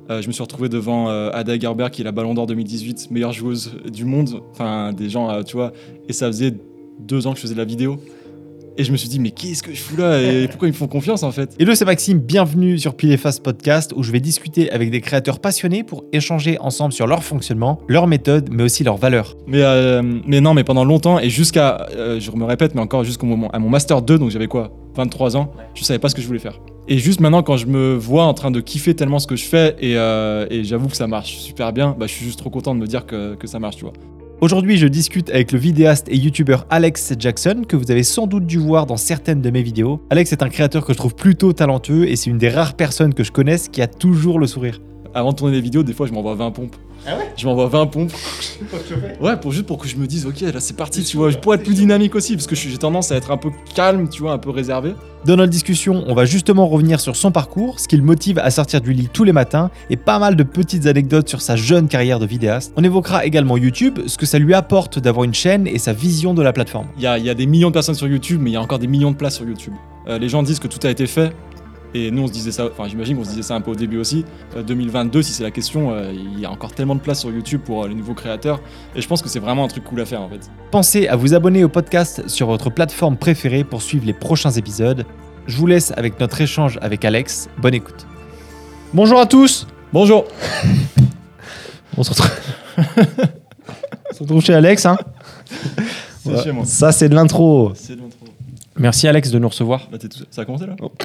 Je me suis retrouvé devant Ada Hegerberg, qui est la Ballon d'Or 2018, meilleure joueuse du monde. Enfin, des gens, tu vois. Et ça faisait 2 ans que je faisais de la vidéo. Et je me suis dit, mais qu'est-ce que je fous là et pourquoi ils me font confiance en fait? Hello, c'est Maxime, bienvenue sur Pile et Face Podcast où je vais discuter avec des créateurs passionnés pour échanger ensemble sur leur fonctionnement, leurs méthodes, mais aussi leurs valeurs. Mais non, mais pendant longtemps et jusqu'à, je me répète, mais encore jusqu'à mon Master 2, donc j'avais quoi, 23 ans, je savais pas ce que je voulais faire. Et juste maintenant, quand je me vois en train de kiffer tellement ce que je fais et j'avoue que ça marche super bien, bah, je suis juste trop content de me dire que ça marche, tu vois. Aujourd'hui, je discute avec le vidéaste et youtubeur Alex Jackson, que vous avez sans doute dû voir dans certaines de mes vidéos. Alex est un créateur que je trouve plutôt talentueux et c'est une des rares personnes que je connaisse qui a toujours le sourire. Avant de tourner des vidéos, des fois je m'envoie 20 pompes. Ah ouais? Je m'envoie 20 pompes. Ouais, juste pour que je me dise, ok, là c'est parti, tu vois, pour être plus dynamique aussi, parce que j'ai tendance à être un peu calme, tu vois, un peu réservé. Dans notre discussion, on va justement revenir sur son parcours, ce qui le motive à sortir du lit tous les matins et pas mal de petites anecdotes sur sa jeune carrière de vidéaste. On évoquera également YouTube, ce que ça lui apporte d'avoir une chaîne et sa vision de la plateforme. Il y a des millions de personnes sur YouTube, mais il y a encore des millions de places sur YouTube. Les gens disent que tout a été fait. Et nous on se disait ça, enfin j'imagine qu'on se disait ça un peu au début aussi. 2022, si c'est la question, il y a encore tellement de place sur YouTube pour les nouveaux créateurs. Et je pense que c'est vraiment un truc cool à faire en fait. Pensez à vous abonner au podcast sur votre plateforme préférée pour suivre les prochains épisodes. Je vous laisse avec notre échange avec Alex. Bonne écoute. Bonjour à tous. Bonjour. On se retrouve chez Alex. Hein. C'est chez moi. Ça c'est de l'intro. C'est de l'intro. Merci Alex de nous recevoir. Bah, ça a commencé là? Oh.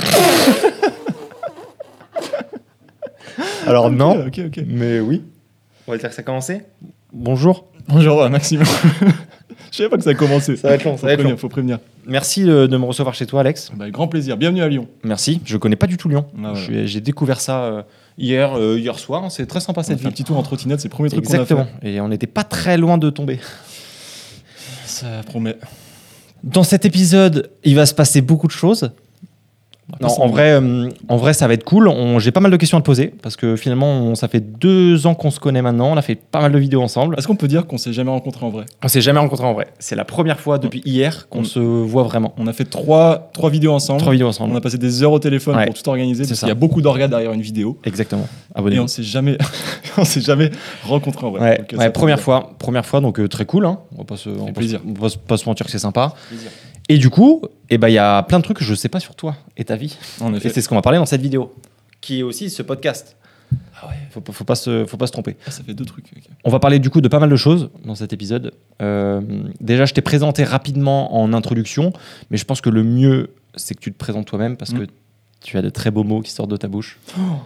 Alors non, Ok. mais oui. On va dire que ça a commencé. Bonjour. Bonjour Maxime. Je savais pas que ça a commencé. Ça va être long, Faut prévenir. Merci de me recevoir chez toi Alex. Bah, grand plaisir, bienvenue à Lyon. Merci, je connais pas du tout Lyon. Ah, voilà. J'ai découvert ça hier soir, hein. C'est très sympa cette On fait ville. un petit tour en trottinette, c'est le premier truc qu'on a fait. Exactement, et on n'était pas très loin de tomber. Ça promet. Dans cet épisode, il va se passer beaucoup de choses. Non, en vrai, ça va être cool. J'ai pas mal de questions à te poser parce que finalement, ça fait 2 ans qu'on se connaît maintenant. On a fait pas mal de vidéos ensemble. Est-ce qu'on peut dire qu'on s'est jamais rencontrés en vrai? On s'est jamais rencontrés en vrai. C'est la première fois depuis hier qu'on se voit vraiment. On a fait 3 vidéos ensemble. 3 vidéos ensemble. On a passé des heures au téléphone pour tout organiser. C'est Parce ça. qu'il y a beaucoup d'orgas derrière une vidéo. Exactement. Et Abonnez-vous. on s'est jamais rencontrés en vrai. Ouais, Donc, ça première fait fois, donc très cool. Hein. On va pas se mentir que c'est sympa. plaisir. Et du coup, il y a plein de trucs que je sais pas sur toi et ta vie. En Et effet. c'est ce qu'on va parler dans cette vidéo, qui est aussi ce podcast. Ah ouais. Faut pas se tromper. Ah, ça fait 2 trucs. Ok. On va parler du coup de pas mal de choses dans cet épisode. Déjà, je t'ai présenté rapidement en introduction, mais je pense que le mieux, c'est que tu te présentes toi-même parce que tu as de très beaux mots qui sortent de ta bouche.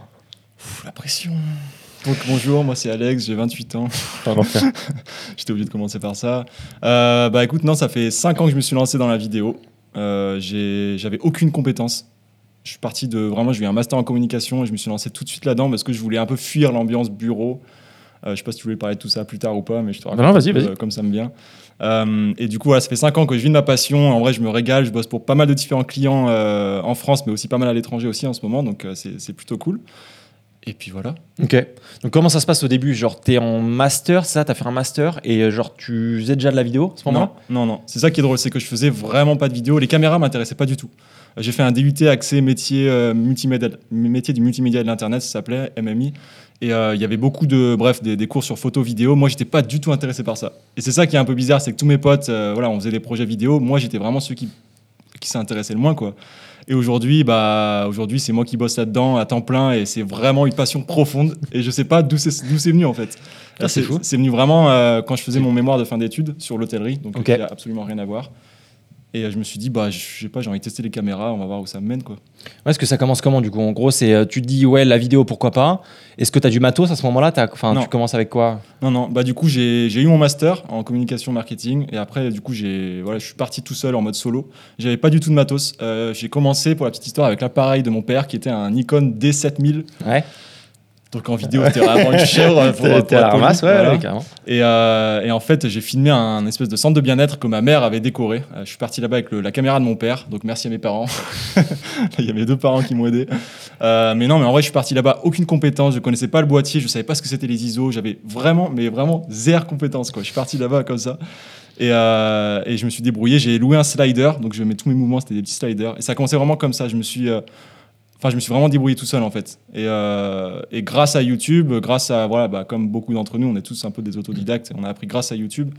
La pression. Donc bonjour, moi c'est Alex, j'ai 28 ans. J'étais obligé de commencer par ça. Bah écoute, non, ça fait 5 ans que je me suis lancé dans la vidéo. J'avais aucune compétence. Je suis parti de... Vraiment, j'ai eu un master en communication et je me suis lancé tout de suite là-dedans parce que je voulais un peu fuir l'ambiance bureau. Je sais pas si tu voulais parler de tout ça plus tard ou pas, mais je te raconte vas-y. Comme ça me vient. Et du coup, voilà, ça fait 5 ans que je vis de ma passion. En vrai, je me régale. Je bosse pour pas mal de différents clients en France, mais aussi pas mal à l'étranger aussi en ce moment. Donc, c'est plutôt cool. Et puis voilà. Ok. Donc comment ça se passe au début? Genre t'es en master, c'est ça? T'as fait un master et genre tu faisais déjà de la vidéo à ce moment-là? Non. C'est ça qui est drôle, c'est que je faisais vraiment pas de vidéo. Les caméras m'intéressaient pas du tout. J'ai fait un DUT accès métier multimédia, métier du multimédia et de l'internet, ça s'appelait MMI. Et il y avait beaucoup des cours sur photo, vidéo. Moi, j'étais pas du tout intéressé par ça. Et c'est ça qui est un peu bizarre, c'est que tous mes potes, on faisait des projets vidéo. Moi, j'étais vraiment ceux qui s'intéressaient le moins, quoi. Et aujourd'hui, c'est moi qui bosse là-dedans à temps plein et c'est vraiment une passion profonde. Et je sais pas d'où c'est venu en fait. Ah, c'est fou. C'est venu vraiment quand je faisais mon mémoire de fin d'études sur l'hôtellerie, donc Ok. il n'y a absolument rien à voir. Et je me suis dit, je sais pas, j'ai envie de tester les caméras, on va voir où ça me mène, quoi. Ouais, est-ce que ça commence comment du coup? En gros, c'est tu te dis ouais, la vidéo pourquoi pas? Est-ce que tu as du matos à ce moment-là? Non. Tu commences avec quoi? Non, du coup, j'ai eu mon master en communication marketing et après, du coup, je suis parti tout seul en mode solo. J'avais pas du tout de matos. J'ai commencé, pour la petite histoire, avec l'appareil de mon père qui était un Nikon D7000. Ouais. Donc en vidéo, c'était vraiment une chèvre. T'es à la ramasse, ouais, carrément. Et en fait, j'ai filmé un espèce de centre de bien-être que ma mère avait décoré. Je suis parti là-bas avec la caméra de mon père, donc merci à mes parents. Il y a mes 2 parents qui m'ont aidé. Mais en vrai, je suis parti là-bas, aucune compétence, je connaissais pas le boîtier, je savais pas ce que c'était les ISO, j'avais vraiment zéro compétence, quoi. Je suis parti là-bas comme ça. Et je me suis débrouillé, j'ai loué un slider, donc je mets tous mes mouvements, c'était des petits sliders. Et ça a commencé vraiment comme ça, je me suis... Enfin, je me suis vraiment débrouillé tout seul en fait. Et grâce à YouTube, grâce à, voilà, comme beaucoup d'entre nous, on est tous un peu des autodidactes, on a appris grâce à YouTube.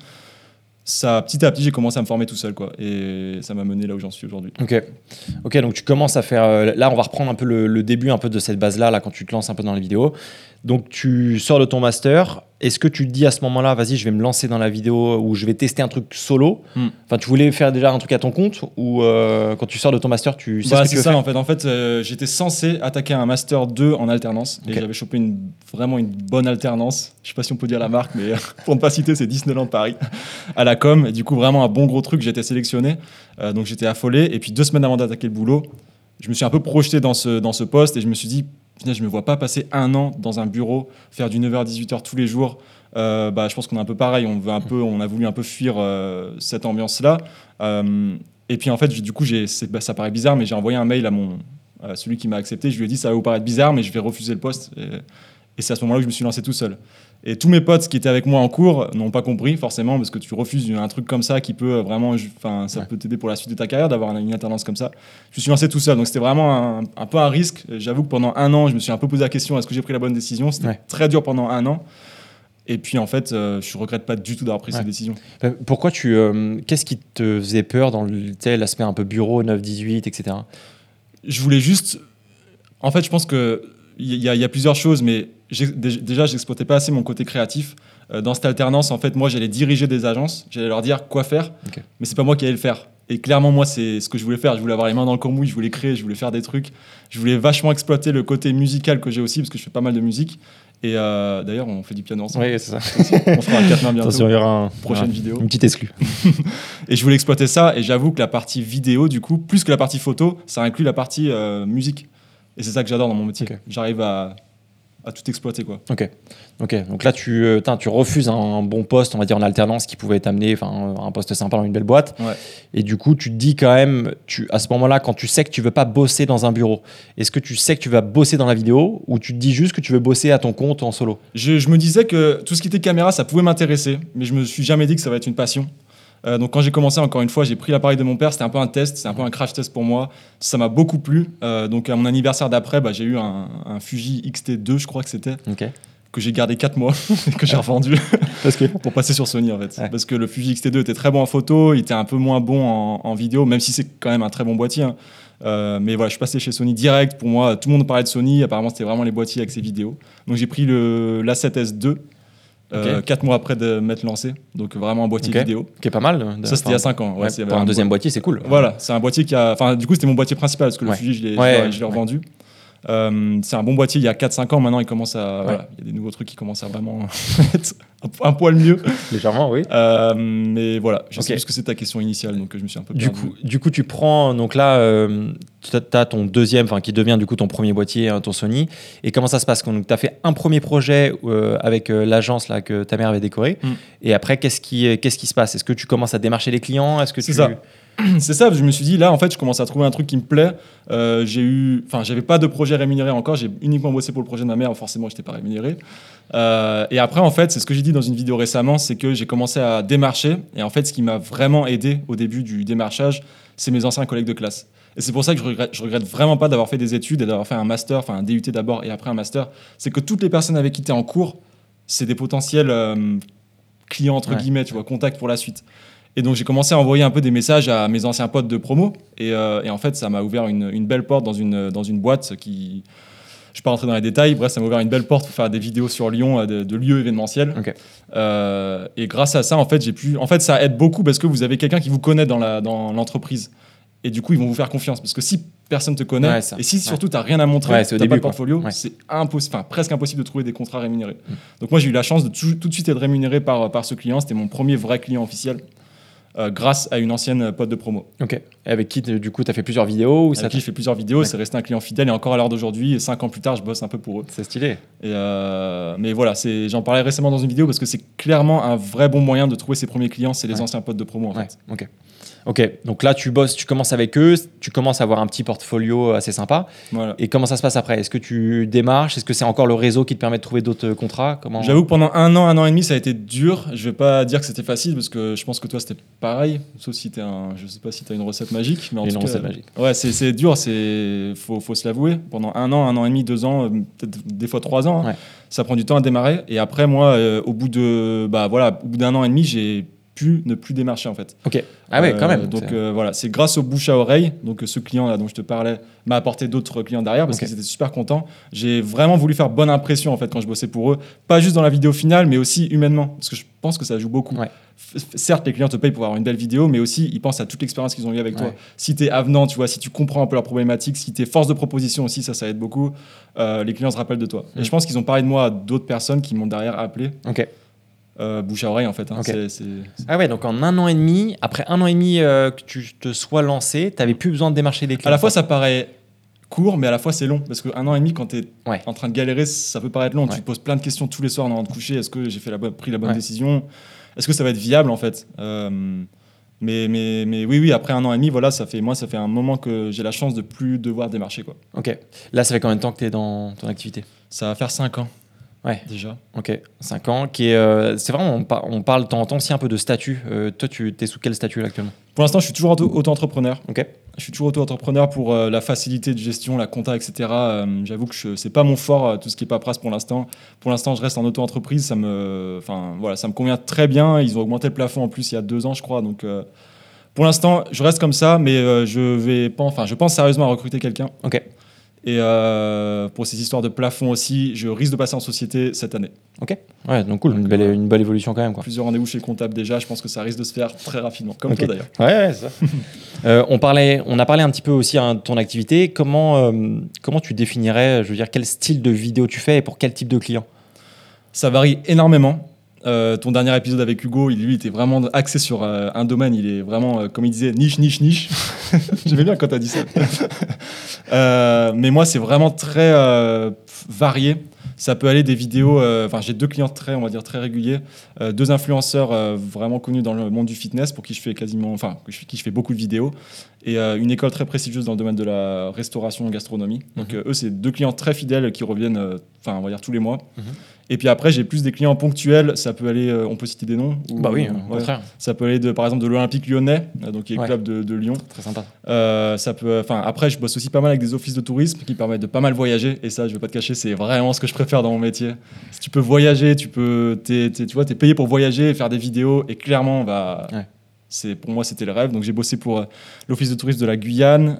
Ça, petit à petit, j'ai commencé à me former tout seul, quoi. Et ça m'a mené là où j'en suis aujourd'hui. Ok, donc tu commences à faire. Là, on va reprendre un peu le début un peu de cette base-là, là, quand tu te lances un peu dans les vidéos. Donc, tu sors de ton master. Est-ce que tu te dis à ce moment-là, vas-y, je vais me lancer dans la vidéo ou je vais tester un truc solo? Enfin, tu voulais faire déjà un truc à ton compte ou quand tu sors de ton master, tu sais ce que tu veux faire? En fait, j'étais censé attaquer un master 2 en alternance et j'avais chopé vraiment une bonne alternance. Je sais pas si on peut dire la marque, mais pour ne pas citer, c'est Disneyland Paris à la com. Et du coup, vraiment un bon gros truc. J'étais sélectionné, donc j'étais affolé. Et puis 2 semaines avant d'attaquer le boulot, je me suis un peu projeté dans ce poste et je me suis dit, je me vois pas passer 1 an dans un bureau, faire du 9h 18h tous les jours. Je pense qu'on est un peu pareil. On a voulu un peu fuir cette ambiance-là. Et puis en fait, du coup, ça paraît bizarre, mais j'ai envoyé un mail à celui qui m'a accepté. Je lui ai dit, ça va vous paraître bizarre, mais je vais refuser le poste. Et c'est à ce moment-là que je me suis lancé tout seul. Et tous mes potes qui étaient avec moi en cours n'ont pas compris forcément, parce que tu refuses un truc comme ça qui peut vraiment, ça peut t'aider pour la suite de ta carrière d'avoir une alternance comme ça. Je me suis lancé tout seul, donc c'était vraiment un peu un risque. J'avoue que pendant 1 an, je me suis un peu posé la question, est-ce que j'ai pris la bonne décision? C'était très dur pendant 1 an. Et puis en fait, je regrette pas du tout d'avoir pris cette décision. Pourquoi qu'est-ce qui te faisait peur dans l'aspect un peu bureau, 9-18, etc. Je voulais juste... En fait, je pense qu'il y a plusieurs choses, mais déjà, j'exploitais pas assez mon côté créatif. Dans cette alternance, en fait, moi, j'allais diriger des agences, j'allais leur dire quoi faire, mais c'est pas moi qui allais le faire. Et clairement, moi, c'est ce que je voulais faire. Je voulais avoir les mains dans le cambouis, je voulais créer, je voulais faire des trucs. Je voulais vachement exploiter le côté musical que j'ai aussi, parce que je fais pas mal de musique. Et d'ailleurs, on fait du piano ensemble. Oui, c'est ça. On fera un 4 mains bientôt. Attention, il y aura prochaine vidéo. Une petite exclue. Et je voulais exploiter ça. Et j'avoue que la partie vidéo, du coup, plus que la partie photo, ça inclut la partie musique. Et c'est ça que j'adore dans mon métier. J'arrive à tout exploiter, quoi. Ok. Donc là, tu refuses un bon poste, on va dire en alternance, qui pouvait t'amener un poste sympa dans une belle boîte. Ouais. Et du coup, tu te dis quand même, à ce moment-là, quand tu sais que tu veux pas bosser dans un bureau, est-ce que tu sais que tu vas bosser dans la vidéo ou tu te dis juste que tu veux bosser à ton compte en solo? Je me disais que tout ce qui était caméra, ça pouvait m'intéresser, mais je me suis jamais dit que ça va être une passion. Donc quand j'ai commencé, encore une fois, j'ai pris l'appareil de mon père, c'était un peu un test, c'est un peu un crash test pour moi. Ça m'a beaucoup plu. Donc à mon anniversaire d'après, j'ai eu un Fuji X-T2, je crois que c'était, que j'ai gardé 4 mois et que j'ai revendu pour passer sur Sony en fait. Ouais. Parce que le Fuji X-T2 était très bon en photo, il était un peu moins bon en vidéo, même si c'est quand même un très bon boîtier. Mais voilà, je suis passé chez Sony direct. Pour moi, tout le monde parlait de Sony. Apparemment, c'était vraiment les boîtiers avec ses vidéos. Donc j'ai pris l'A7S2. 4 mois après de m'être lancé, donc vraiment un boîtier vidéo. Qui est pas mal. Ça, c'était il y a 5 ans. Pour un deuxième boîtier, c'est cool. Voilà, c'est un boîtier qui a. Enfin, du coup, c'était mon boîtier principal parce que le Fuji, je l'ai revendu. C'est un bon boîtier il y a 4-5 ans. Maintenant, il commence à. Voilà, il y a des nouveaux trucs qui commencent à vraiment être un poil mieux. Légèrement, oui. Mais voilà, je sais plus que c'est ta question initiale, donc je me suis un peu perdu. Du coup, tu prends. Donc là, tu as ton deuxième, qui devient du coup ton premier boîtier, ton Sony. Et comment ça se passe? Donc, tu as fait un premier projet avec l'agence là, que ta mère avait décorée. Et après, qu'est-ce qui se passe? Est-ce que tu commences à démarcher les clients? C'est ça. C'est ça, je me suis dit, là, en fait, je commence à trouver un truc qui me plaît. J'avais pas de projet rémunéré encore, j'ai uniquement bossé pour le projet de ma mère, forcément, je n'étais pas rémunéré. Et après, en fait, c'est ce que j'ai dit dans une vidéo récemment, c'est que j'ai commencé à démarcher. Et en fait, ce qui m'a vraiment aidé au début du démarchage, c'est mes anciens collègues de classe. Et c'est pour ça que je regrette vraiment pas d'avoir fait des études et d'avoir fait un master, enfin un DUT d'abord et après un master. C'est que toutes les personnes avec qui tu es en cours, c'est des potentiels clients, entre guillemets, tu vois, contacts pour la suite. Et donc j'ai commencé à envoyer un peu des messages à mes anciens potes de promo et en fait ça m'a ouvert une belle porte dans une boîte qui, je ne vais pas rentrer dans les détails, bref ça m'a ouvert une belle porte pour faire des vidéos sur Lyon de lieux événementiels. Et grâce à ça en fait ça aide beaucoup parce que vous avez quelqu'un qui vous connaît dans l'entreprise et du coup ils vont vous faire confiance parce que si personne te connaît et si surtout tu n'as rien à montrer, tu n'as pas de portfolio, c'est presque impossible de trouver des contrats rémunérés. Donc moi j'ai eu la chance de tout de suite être rémunéré par ce client, c'était mon premier vrai client officiel. Grâce à une ancienne pote de promo. Ok. Et avec qui, du coup, tu as fait plusieurs vidéos ou avec qui je fais plusieurs vidéos, c'est resté un client fidèle et encore à l'heure d'aujourd'hui, 5 ans plus tard, je bosse un peu pour eux. C'est stylé. Mais voilà, j'en parlais récemment dans une vidéo parce que c'est clairement un vrai bon moyen de trouver ses premiers clients, c'est les anciens potes de promo en fait. Ok. Ok, donc là tu bosses, tu commences avec eux, tu commences à avoir un petit portfolio assez sympa. Voilà. Et comment ça se passe après? Est-ce que tu démarches? Est-ce que c'est encore le réseau qui te permet de trouver d'autres contrats? Comment... J'avoue que pendant un an et demi, ça a été dur. Je vais pas dire que c'était facile parce que je pense que toi, c'était pareil. Sauf si je sais pas si tu as une recette magique. Mais en tout cas, recette magique. Ouais, c'est dur. Faut se l'avouer. Pendant un an et demi, 2 ans, peut-être des fois 3 ans, Ouais. ça prend du temps à démarrer. Et après, moi, au bout d'un an et demi, j'ai pu ne plus démarcher en fait. Ok. Ah ouais, quand même. Donc voilà, c'est grâce au bouche à oreille. Donc ce client là dont je te parlais m'a apporté d'autres clients derrière parce qu'ils étaient super contents. J'ai vraiment voulu faire bonne impression en fait quand je bossais pour eux, pas juste dans la vidéo finale, mais aussi humainement, parce que je pense que ça joue beaucoup. Ouais. Certes, les clients te payent pour avoir une belle vidéo, mais aussi ils pensent à toute l'expérience qu'ils ont eue avec toi. Si tu es avenant, tu vois, si tu comprends un peu leurs problématiques, si tu es force de proposition aussi, ça aide beaucoup. Les clients se rappellent de toi. Et je pense qu'ils ont parlé de moi à d'autres personnes qui m'ont derrière appelé. Ok. Bouche à oreille en fait. Hein. Okay. Ah ouais, donc en un an et demi, après un an et demi que tu te sois lancé, tu n'avais plus besoin de démarcher les clients. À la fois, ça paraît court, mais à la fois, c'est long. Parce qu'un an et demi, quand tu es en train de galérer, ça peut paraître long. Tu te poses plein de questions tous les soirs en allant te coucher. Est-ce que j'ai pris la bonne décision? Est-ce que ça va être viable en fait? Mais oui, après un an et demi, voilà, ça fait un moment que j'ai la chance de plus devoir démarcher, quoi. Ok. Là, ça fait combien de temps que tu es dans ton activité? Ça va faire 5 ans. Ouais. Déjà. Ok, 5 ans. C'est vraiment, on parle de temps en temps aussi un peu de statut. Toi, tu es sous quel statut là, actuellement? Pour l'instant, je suis toujours auto-entrepreneur. Ok. Je suis toujours auto-entrepreneur pour la facilité de gestion, la compta, etc. J'avoue que c'est pas mon fort, tout ce qui est paperasse pour l'instant. Pour l'instant, je reste en auto-entreprise. Ça me convient très bien. Ils ont augmenté le plafond en plus il y a 2 ans, je crois. Donc, pour l'instant, je reste comme ça, mais je pense sérieusement à recruter quelqu'un. Ok. Et pour ces histoires de plafond aussi, je risque de passer en société cette année. Ok, ouais, donc cool, une belle évolution quand même, quoi. Plusieurs rendez-vous chez le comptable déjà, je pense que ça risque de se faire très rapidement, comme toi d'ailleurs. Ouais, c'est ça. On a parlé un petit peu aussi de ton activité. Comment tu définirais, je veux dire, quel style de vidéo tu fais et pour quel type de client? Ça varie énormément. Ton dernier épisode avec Hugo, lui, était vraiment axé sur un domaine. Il est vraiment, comme il disait, niche. J'aimais bien quand tu as dit ça. Mais moi, c'est vraiment très varié. Ça peut aller des vidéos. J'ai 2 clients on va dire très réguliers, 2 influenceurs vraiment connus dans le monde du fitness pour qui je fais beaucoup de vidéos, et une école très prestigieuse dans le domaine de la restauration et gastronomie. Donc eux, c'est 2 clients très fidèles qui reviennent, on va dire tous les mois. Et puis après, j'ai plus des clients ponctuels. Ça peut aller, on peut citer des noms. Bah oui, au contraire. Ça peut aller par exemple de l'Olympique Lyonnais, donc qui est le club de Lyon. Très sympa. Après, je bosse aussi pas mal avec des offices de tourisme qui permettent de pas mal voyager. Et ça, je vais pas te cacher, c'est vraiment ce que je préfère dans mon métier. Si tu peux voyager, tu vois, t'es payé pour voyager et faire des vidéos. Et clairement, pour moi, c'était le rêve. Donc j'ai bossé pour l'office de tourisme de la Guyane.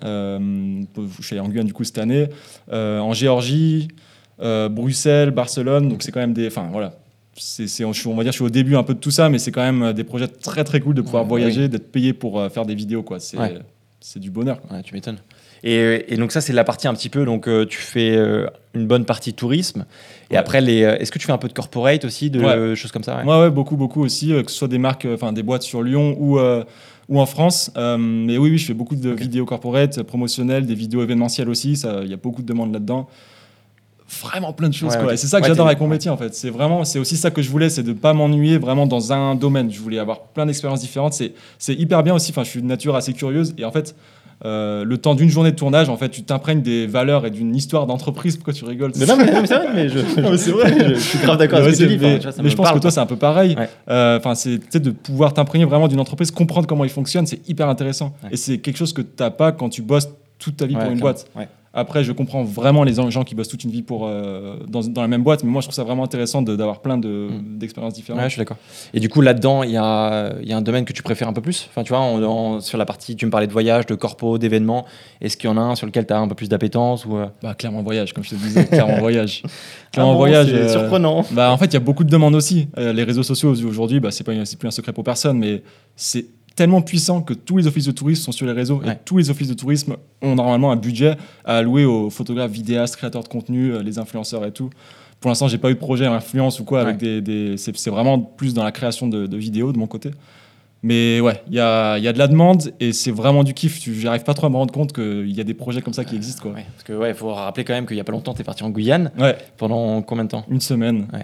Je suis allé en Guyane du coup cette année, en Géorgie. Bruxelles, Barcelone, donc c'est quand même on va dire, je suis au début un peu de tout ça, mais c'est quand même des projets très très cool de pouvoir voyager, d'être payé pour faire des vidéos, quoi. C'est du bonheur, quoi. Ouais, tu m'étonnes. Et donc ça, c'est la partie un petit peu, donc tu fais une bonne partie tourisme, et après, est-ce que tu fais un peu de corporate aussi, de choses comme ça? Ouais, beaucoup aussi, que ce soit des marques, des boîtes sur Lyon ou en France. Mais oui, je fais beaucoup de vidéos corporate, promotionnelles, des vidéos événementielles aussi, il y a beaucoup de demandes là-dedans. Vraiment plein de choses, quoi. Et c'est ça que j'adore avec mon métier, en fait. C'est aussi ça que je voulais, c'est de pas m'ennuyer vraiment dans un domaine. Je voulais avoir plein d'expériences différentes. C'est hyper bien aussi. Je suis de nature assez curieuse, et en fait, le temps d'une journée de tournage, en fait, tu t'imprègnes des valeurs et d'une histoire d'entreprise. Pourquoi tu rigoles? Mais non, mais c'est vrai, mais c'est vrai. Je suis grave d'accord avec ce que tu dis. Mais je pense que toi, c'est un peu pareil. C'est de pouvoir t'imprégner vraiment d'une entreprise, comprendre comment il fonctionne, c'est hyper intéressant. Et c'est quelque chose que t'as pas quand tu bosses toute ta vie pour une boîte. Après, je comprends vraiment les gens qui bossent toute une vie dans la même boîte, mais moi, je trouve ça vraiment intéressant d'avoir plein d'expériences différentes. Ouais, je suis d'accord. Et du coup, là-dedans, il y a un domaine que tu préfères un peu plus. Enfin, tu vois, sur la partie, tu me parlais de voyage, de corpo, d'événements. Est-ce qu'il y en a un sur lequel tu as un peu plus d'appétence ou... Clairement voyage, comme je te disais. Clairement voyage. C'est surprenant. En fait, il y a beaucoup de demandes aussi. Les réseaux sociaux aujourd'hui, c'est plus un secret pour personne, mais c'est tellement puissant que tous les offices de tourisme sont sur les réseaux, et tous les offices de tourisme ont normalement un budget à allouer aux photographes, vidéastes, créateurs de contenu, les influenceurs et tout. Pour l'instant, j'ai pas eu de projet à influence ou quoi avec c'est vraiment plus dans la création de vidéos de mon côté. Mais ouais, il y a de la demande et c'est vraiment du kiff. J'arrive pas trop à me rendre compte qu'il y a des projets comme ça qui existent, quoi. Parce que il faut rappeler quand même qu'il y a pas longtemps, tu es parti en Guyane. Pendant combien de temps? 1 semaine.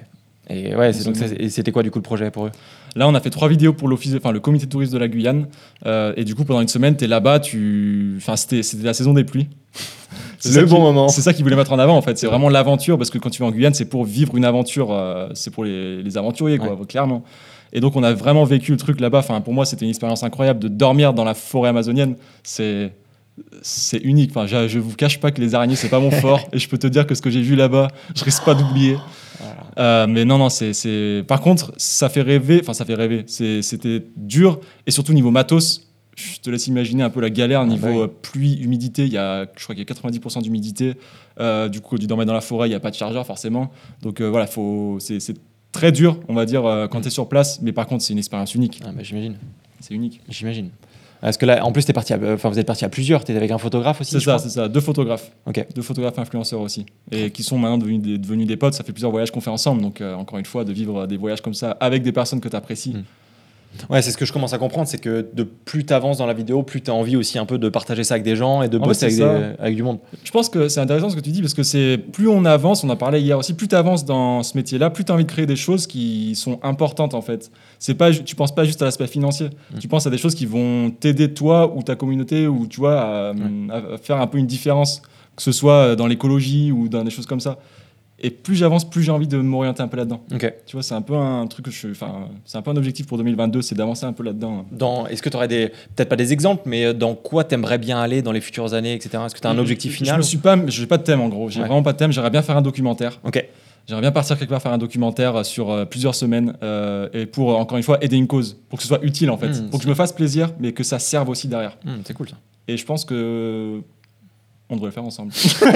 Et ouais, et c'était quoi du coup le projet pour eux? Là, on a fait 3 vidéos pour le comité de tourisme de la Guyane. Et du coup, pendant une semaine, tu es là-bas. C'était la saison des pluies. C'est le bon moment. C'est ça qu'ils voulaient mettre en avant, en fait. C'est vraiment l'aventure, parce que quand tu vas en Guyane, c'est pour vivre une aventure. C'est pour les aventuriers, quoi, clairement. Et donc, on a vraiment vécu le truc là-bas. Enfin, pour moi, c'était une expérience incroyable de dormir dans la forêt amazonienne. C'est unique. Enfin, je vous cache pas que les araignées, c'est pas mon fort. Et je peux te dire que ce que j'ai vu là-bas, je risque pas d'oublier. Voilà. Mais non, par contre, ça fait rêver. Enfin, ça fait rêver. C'était dur. Et surtout, niveau matos, je te laisse imaginer un peu la galère niveau pluie, humidité. Je crois qu'il y a 90% d'humidité. Du coup, tu dormais dans la forêt, il n'y a pas de chargeur forcément. Donc voilà, c'est très dur, on va dire, quand tu es sur place. Mais par contre, c'est une expérience unique. Ah bah, j'imagine. C'est unique. J'imagine. Parce que là, en plus, vous êtes parti à plusieurs. Tu es avec un photographe aussi? C'est ça. 2 photographes. Okay. 2 photographes influenceurs aussi. Et qui sont maintenant devenus des potes. Ça fait plusieurs voyages qu'on fait ensemble. Donc, encore une fois, de vivre des voyages comme ça avec des personnes que tu apprécies. Ouais, c'est ce que je commence à comprendre, c'est que de plus tu avances dans la vidéo, plus tu as envie aussi un peu de partager ça avec des gens et de bosser avec du monde. Je pense que c'est intéressant ce que tu dis, parce que plus on avance, on en parlait hier aussi, plus tu avances dans ce métier-là, plus tu as envie de créer des choses qui sont importantes en fait. Tu penses pas juste à l'aspect financier, tu penses à des choses qui vont t'aider toi ou ta communauté, ou tu vois, à faire un peu une différence, que ce soit dans l'écologie ou dans des choses comme ça. Et plus j'avance, plus j'ai envie de m'orienter un peu là-dedans. Okay. Tu vois, c'est un peu un truc c'est un peu un objectif pour 2022, c'est d'avancer un peu là-dedans. Est-ce que tu aurais peut-être pas des exemples, mais dans quoi tu aimerais bien aller dans les futures années, etc. Est-ce que tu as un objectif final? Je n'ai pas de thème en gros. J'ai vraiment pas de thème. J'aimerais bien faire un documentaire. Okay. J'aimerais bien partir quelque part faire un documentaire sur plusieurs semaines et pour, encore une fois, aider une cause, pour que ce soit utile en fait. Pour que je me fasse plaisir, mais que ça serve aussi derrière. C'est cool ça. Et je pense que on devrait le faire ensemble.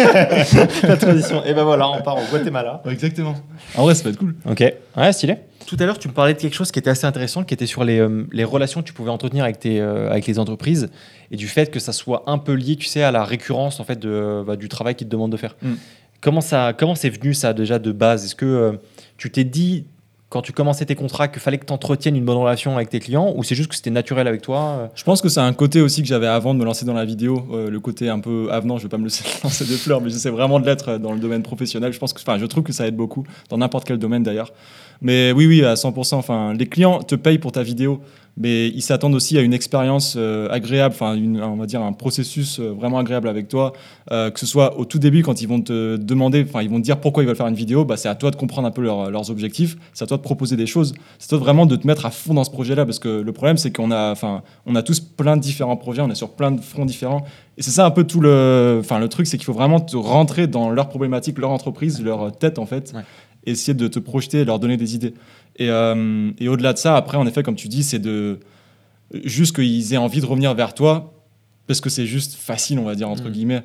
La tradition. Et ben voilà, on part au Guatemala. Exactement. En vrai, ça va être cool. Ok. Ouais, stylé. Tout à l'heure, tu me parlais de quelque chose qui était assez intéressant, qui était sur les relations que tu pouvais entretenir avec les entreprises et du fait que ça soit un peu lié, tu sais, à la récurrence en fait du travail qu'ils te demandent de faire. Comment c'est venu ça déjà de base? Est-ce que tu t'es dit quand tu commençais tes contrats qu'il fallait que tu entretiennes une bonne relation avec tes clients, ou c'est juste que c'était naturel avec toi? Je pense que c'est un côté aussi que j'avais avant de me lancer dans la vidéo, le côté un peu avenant. Je ne vais pas me lancer des fleurs, mais j'essaie vraiment de l'être dans le domaine professionnel. Je trouve que ça aide beaucoup, dans n'importe quel domaine d'ailleurs. Mais oui, à 100%. Enfin, les clients te payent pour ta vidéo, mais ils s'attendent aussi à une expérience agréable, on va dire un processus vraiment agréable avec toi, que ce soit au tout début quand ils vont te demander, ils vont te dire pourquoi ils veulent faire une vidéo, c'est à toi de comprendre un peu leurs objectifs, c'est à toi de proposer des choses, c'est à toi vraiment de te mettre à fond dans ce projet-là, parce que le problème c'est qu'on a tous plein de différents projets, on est sur plein de fronts différents, et c'est ça un peu tout le truc, c'est qu'il faut vraiment te rentrer dans leurs problématiques, leur entreprise, leur tête en fait. Ouais. Essayer de te projeter et leur donner des idées. Et au-delà de ça, après, en effet, comme tu dis, c'est juste qu'ils aient envie de revenir vers toi, parce que c'est juste facile, on va dire, entre guillemets.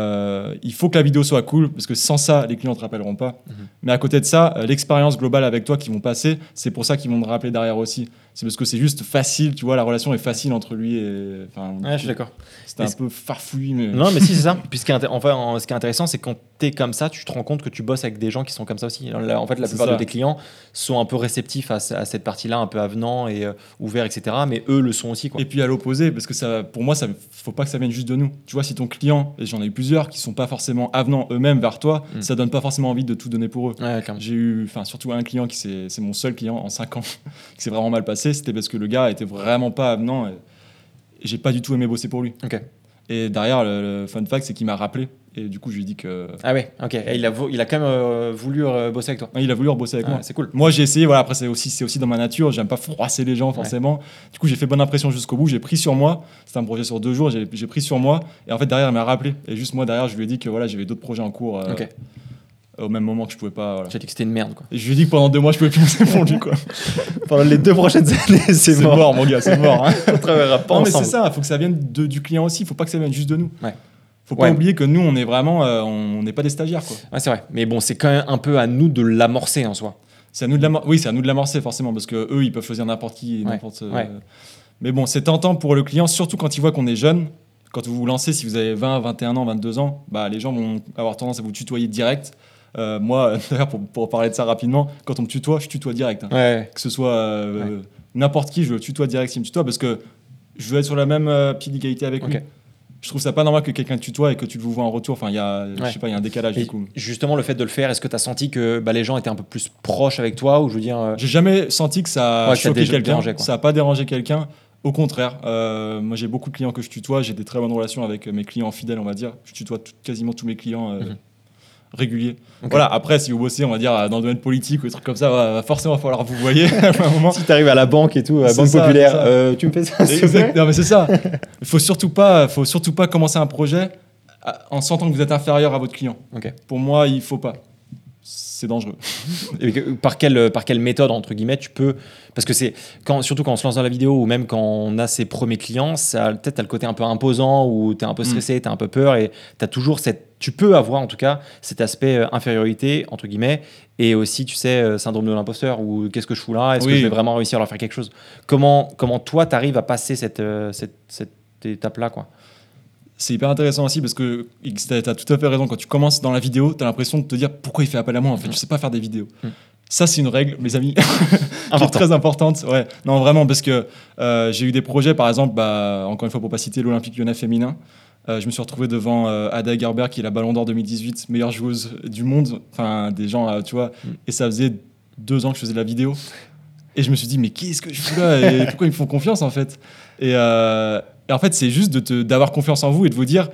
Il faut que la vidéo soit cool, parce que sans ça, les clients ne te rappelleront pas. Mais à côté de ça, l'expérience globale avec toi qu'ils vont passer, c'est pour ça qu'ils vont te rappeler derrière aussi. C'est parce que c'est juste facile, tu vois, la relation est facile entre lui et... Ouais, je suis d'accord. C'était un peu farfouillu, mais... Non, mais si, c'est ça. Puis ce qui est intéressant, c'est quand t'es comme ça, tu te rends compte que tu bosses avec des gens qui sont comme ça aussi. En fait, la plupart de tes clients sont un peu réceptifs à cette partie-là, un peu avenant et ouvert, etc. Mais eux le sont aussi, quoi. Et puis à l'opposé, parce que pour moi, faut pas que ça vienne juste de nous. Tu vois, si ton client, et j'en ai eu plusieurs qui sont pas forcément avenants eux-mêmes vers toi, ça donne pas forcément envie de tout donner pour eux. Ouais, j'ai eu, surtout un client c'est mon seul client en 5 ans, qui s'est vraiment mal passé. C'était parce que le gars était vraiment pas avenant et j'ai pas du tout aimé bosser pour lui. Okay. Et derrière, le fun fact, c'est qu'il m'a rappelé. Et du coup, je lui ai dit que... Ah ouais, ok. Et il a quand même voulu bosser avec toi. Il a voulu rebosser avec moi. C'est cool. Moi, j'ai essayé. Voilà, après, c'est aussi dans ma nature. J'aime pas froisser les gens, forcément. Ouais. Du coup, j'ai fait bonne impression jusqu'au bout. J'ai pris sur moi. C'était un projet sur 2 jours. J'ai pris sur moi. Et en fait, derrière, il m'a rappelé. Et juste moi, derrière, je lui ai dit que voilà, j'avais d'autres projets en cours. Ok. Au même moment que je pouvais pas. Voilà. J'ai dit que c'était une merde, quoi. Et je lui ai dit que pendant 2 mois, je pouvais plus bosser pour lui, quoi. Pendant les 2 prochaines années, c'est mort, mon gars, c'est mort. Hein. On travaillera pas ensemble. Mais c'est ça. Il faut que ça vienne du client aussi. Il faut pas que ça vienne juste de nous. Ouais. Faut pas oublier que nous, on est vraiment, on n'est pas des stagiaires, quoi. Ouais, c'est vrai. Mais bon, c'est quand même un peu à nous de l'amorcer en soi. C'est à nous de l'amorcer forcément, parce que eux, ils peuvent choisir n'importe qui, n'importe. Ouais. Mais bon, c'est tentant pour le client, surtout quand il voit qu'on est jeune. Quand vous vous lancez, si vous avez 20, 21 ans, 22 ans, les gens vont avoir tendance à vous tutoyer direct. Moi, d'ailleurs, pour parler de ça rapidement, quand on me tutoie, je tutoie direct. Hein. Ouais. Que ce soit n'importe qui, je le tutoie direct s'il me tutoie, parce que je veux être sur la même pied d'égalité avec lui. je trouve ça pas normal que quelqu'un te tutoie et que tu le vois en retour. Enfin, il y a, je sais pas, il y a un décalage Et du coup. justement, le fait de le faire, est-ce que tu as senti que les gens étaient un peu plus proches avec toi ou je veux dire, J'ai jamais senti que ça a que ça choqué quelqu'un. dérangeait, quoi. Ça a pas dérangé quelqu'un. Au contraire, moi j'ai beaucoup de clients que je tutoie. J'ai des très bonnes relations avec mes clients fidèles, on va dire. Je tutoie quasiment tous mes clients réguliers. Ok. Voilà. Après, si vous bossez, on va dire dans le domaine politique ou des trucs comme ça, va forcément falloir vous voyez à un moment. Si tu arrives à la banque et tout, à la C'est Banque ça, Populaire, c'est ça. tu me fais ça s'il te plaît. Non mais c'est ça. Il faut surtout pas commencer un projet en sentant que vous êtes inférieur à votre client. Ok. Pour moi, il faut pas. C'est dangereux. Et par quelle méthode, entre guillemets, tu peux... Parce que c'est surtout quand on se lance dans la vidéo ou même quand on a ses premiers clients, ça peut-être t'as le côté un peu imposant où t'es un peu stressé, t'as un peu peur et t'as toujours tu peux avoir en tout cas cet aspect infériorité, entre guillemets, et aussi, tu sais, syndrome de l'imposteur ou qu'est-ce que je fous là, est-ce que je vais vraiment réussir à leur faire quelque chose. Comment toi, t'arrives à passer cette étape-là, quoi. C'est hyper intéressant aussi parce que tu as tout à fait raison. Quand tu commences dans la vidéo, tu as l'impression de te dire pourquoi il fait appel à moi. En fait, je sais pas faire des vidéos. Ça, c'est une règle, mes amis, qui est très importante. Ouais. Non, vraiment, parce que j'ai eu des projets, par exemple, encore une fois, pour pas citer l'Olympique Lyonnais féminin. Je me suis retrouvé devant Ada Gerber, qui est la Ballon d'Or 2018, meilleure joueuse du monde. Enfin, des gens, tu vois. Et ça faisait 2 ans que je faisais de la vidéo. Et je me suis dit, mais qu'est-ce que je fais là et pourquoi ils me font confiance, en fait et en fait, c'est juste d'avoir confiance en vous et de vous dire,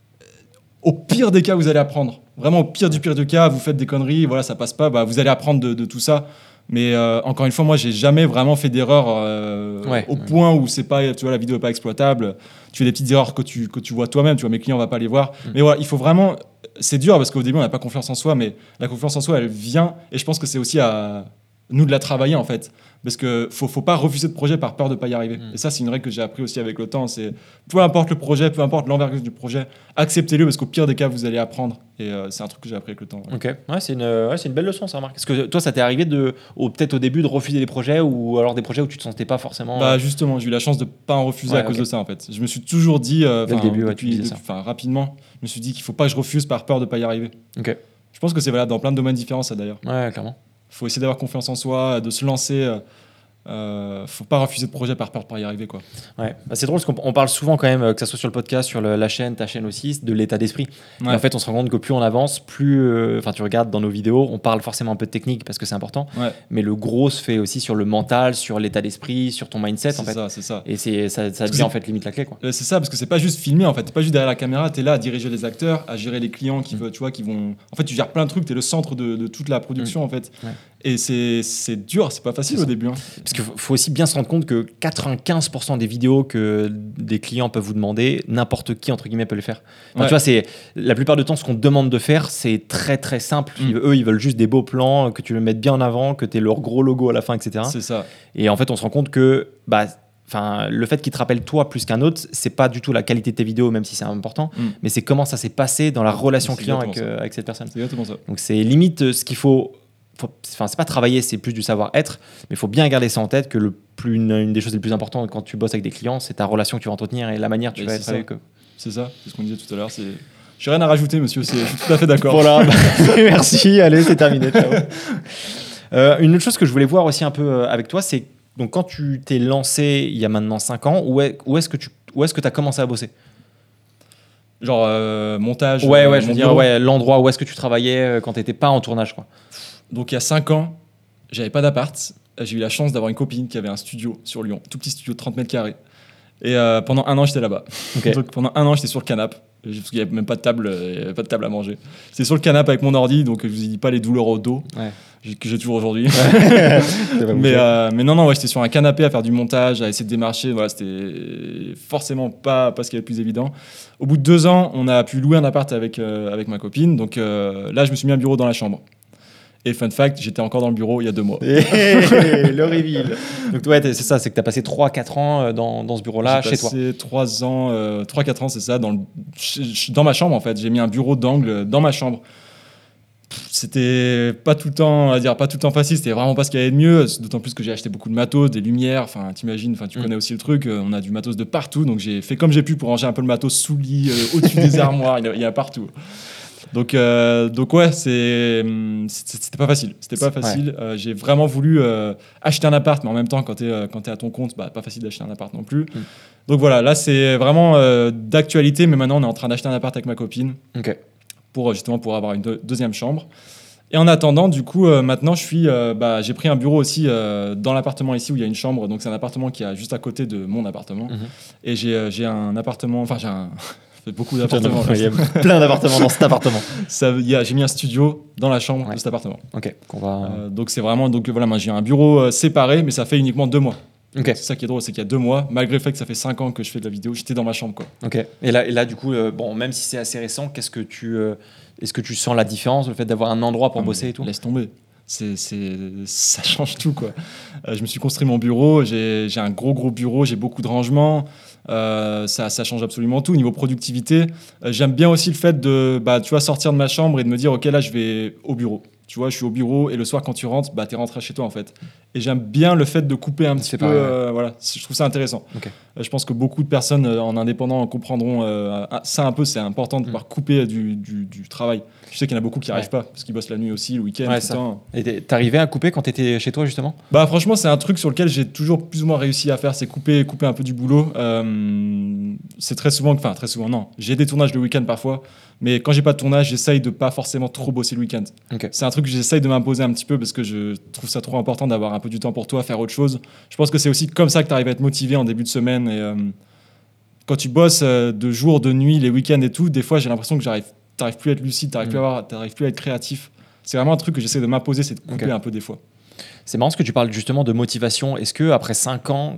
au pire des cas, vous allez apprendre. Vraiment, au pire du cas, vous faites des conneries, voilà, ça passe pas, vous allez apprendre de tout ça. Mais encore une fois, moi, j'ai jamais vraiment fait d'erreur au point où c'est pas, tu vois, la vidéo est pas exploitable. Tu fais des petites erreurs que tu vois toi-même. Tu vois, mes clients, on va pas les voir. Mais voilà, il faut vraiment. C'est dur parce qu'au début, on n'a pas confiance en soi, mais la confiance en soi, elle vient. Et je pense que c'est aussi à nous de la travailler, en fait. Parce que faut pas refuser de projet par peur de pas y arriver. Et ça, c'est une règle que j'ai appris aussi avec le temps. C'est peu importe le projet, peu importe l'envergure du projet, acceptez-le parce qu'au pire des cas, vous allez apprendre. Et c'est un truc que j'ai appris avec le temps. Ouais. Ok, c'est une belle leçon, ça, remarque. Est-ce que toi, ça t'est arrivé peut-être au début de refuser des projets ou alors des projets où tu te sentais pas forcément. Justement, j'ai eu la chance de pas en refuser à cause de ça, en fait. Je me suis toujours dit, dès le début, rapidement, je me suis dit qu'il faut pas que je refuse par peur de pas y arriver. Ok. Je pense que c'est valable dans plein de domaines différents, ça d'ailleurs. Ouais, clairement. Il faut essayer d'avoir confiance en soi, de se lancer. Faut pas refuser de projet par peur de pas y arriver, quoi. Ouais, c'est drôle parce qu'on parle souvent quand même, que ça soit sur le podcast, sur la chaîne, ta chaîne aussi, de l'état d'esprit. Ouais. Et en fait, on se rend compte que plus on avance, plus, tu regardes dans nos vidéos, on parle forcément un peu de technique parce que c'est important, mais le gros se fait aussi sur le mental, sur l'état d'esprit, sur ton mindset, en fait. C'est ça. Et ça devient en fait limite la clé, quoi. C'est ça, parce que c'est pas juste filmer, en fait. T'es pas juste derrière la caméra, t'es là à diriger les acteurs, à gérer les clients qui vont. En fait, tu gères plein de trucs, t'es le centre de toute la production, en fait. Ouais. Et c'est dur, c'est pas facile au début. Hein. Parce qu'il faut aussi bien se rendre compte que 95% des vidéos que des clients peuvent vous demander, n'importe qui, entre guillemets, peut les faire. Enfin, tu vois, c'est, la plupart du temps, ce qu'on te demande de faire, c'est très, très simple. Eux, ils veulent juste des beaux plans, que tu le mettes bien en avant, que tu aies leur gros logo à la fin, etc. C'est ça. Et en fait, on se rend compte que le fait qu'il te rappelle toi plus qu'un autre, c'est pas du tout la qualité de tes vidéos, même si c'est important, mais c'est comment ça s'est passé dans la relation client avec cette personne. C'est exactement ça. Donc, c'est limite ce qu'il faut c'est pas travailler, c'est plus du savoir-être, mais il faut bien garder ça en tête que une des choses les plus importantes quand tu bosses avec des clients, c'est ta relation que tu vas entretenir et la manière que tu vas être avec eux. C'est ça, c'est ce qu'on disait tout à l'heure. J'ai rien à rajouter, monsieur, je suis tout à fait d'accord. Voilà, merci, allez, c'est terminé, ciao. Une autre chose que je voulais voir aussi un peu avec toi, c'est donc quand tu t'es lancé il y a maintenant 5 ans, où est-ce que tu as commencé à bosser ? Genre montage. Je veux dire, l'endroit où est-ce que tu travaillais quand tu n'étais pas en tournage, quoi. Donc il y a 5 ans, j'avais pas d'appart. J'ai eu la chance d'avoir une copine qui avait un studio sur Lyon, tout petit studio de 30 mètres carrés. Et pendant 1 an, j'étais là-bas. Okay. Donc pendant 1 an, j'étais sur le canapé. Parce qu'il n'y avait même pas de table, à manger. J'étais sur le canapé avec mon ordi, donc je vous dis pas les douleurs au dos que j'ai toujours aujourd'hui. Mais non, j'étais sur un canapé à faire du montage, à essayer de démarcher. Voilà, c'était forcément pas ce qui est le plus évident. Au bout de 2 ans, on a pu louer un appart avec ma copine. Donc là, je me suis mis un bureau dans la chambre. Et fun fact, j'étais encore dans le bureau il y a 2 mois. Le reveal. Donc c'est ça, c'est que tu as passé 3-4 ans dans ce bureau-là, chez toi. J'ai passé 3-4 ans, c'est ça, dans ma chambre en fait. J'ai mis un bureau d'angle dans ma chambre. C'était pas tout le temps facile, c'était vraiment pas ce qu'il y avait de mieux, d'autant plus que j'ai acheté beaucoup de matos, des lumières, t'imagines, tu connais aussi le truc, on a du matos de partout, donc j'ai fait comme j'ai pu pour ranger un peu le matos sous le lit, au-dessus des armoires, il y a partout. Donc ouais, c'était pas facile. C'était pas facile. J'ai vraiment voulu acheter un appart, mais en même temps, quand t'es à ton compte, pas facile d'acheter un appart non plus. Donc voilà, là c'est vraiment d'actualité, mais maintenant on est en train d'acheter un appart avec ma copine pour avoir une deuxième chambre. Et en attendant, du coup, maintenant j'ai pris un bureau aussi dans l'appartement ici où il y a une chambre. Donc c'est un appartement qui est juste à côté de mon appartement. Et j'ai un appartement, beaucoup d'appartements. Il y a plein d'appartements dans cet appartement. J'ai mis un studio dans la chambre de cet appartement. Donc c'est vraiment, moi j'ai un bureau séparé, mais ça fait uniquement 2 mois. C'est ça qui est drôle, c'est qu'il y a 2 mois, malgré le fait que ça fait 5 ans que je fais de la vidéo, j'étais dans ma chambre, quoi. Et là du coup, même si c'est assez récent, est-ce que tu sens la différence, le fait d'avoir un endroit pour bosser et tout ? Laisse tomber. Ça change tout, quoi. Je me suis construit mon bureau, j'ai un gros bureau, j'ai beaucoup de rangements. Ça change absolument tout. Niveau productivité, j'aime bien aussi le fait de sortir de ma chambre et de me dire ok, là je vais au bureau. Tu vois, je suis au bureau et le soir quand tu rentres, t'es rentré chez toi en fait. Et j'aime bien le fait de couper un petit peu. Je trouve ça intéressant. Je pense que beaucoup de personnes en indépendant comprendront ça un peu. C'est important de pouvoir couper du travail. Je sais qu'il y en a beaucoup qui n'y arrivent pas parce qu'ils bossent la nuit aussi, le week-end, tout le temps. Et t'arrivais à couper quand t'étais chez toi justement ? Franchement, c'est un truc sur lequel j'ai toujours plus ou moins réussi à faire, c'est couper un peu du boulot. C'est très souvent non. J'ai des tournages le week-end parfois. Mais quand j'ai pas de tournage, j'essaye de pas forcément trop bosser le week-end. C'est un truc que j'essaye de m'imposer un petit peu parce que je trouve ça trop important d'avoir un peu du temps pour toi, faire autre chose. Je pense que c'est aussi comme ça que tu arrives à être motivé en début de semaine. Et quand tu bosses de jour, de nuit, les week-ends et tout, des fois j'ai l'impression que t'arrives plus à être lucide, t'arrives plus à être créatif. C'est vraiment un truc que j'essaie de m'imposer, c'est de couper un peu des fois. C'est marrant ce que tu parles justement de motivation. Est-ce que après 5 ans,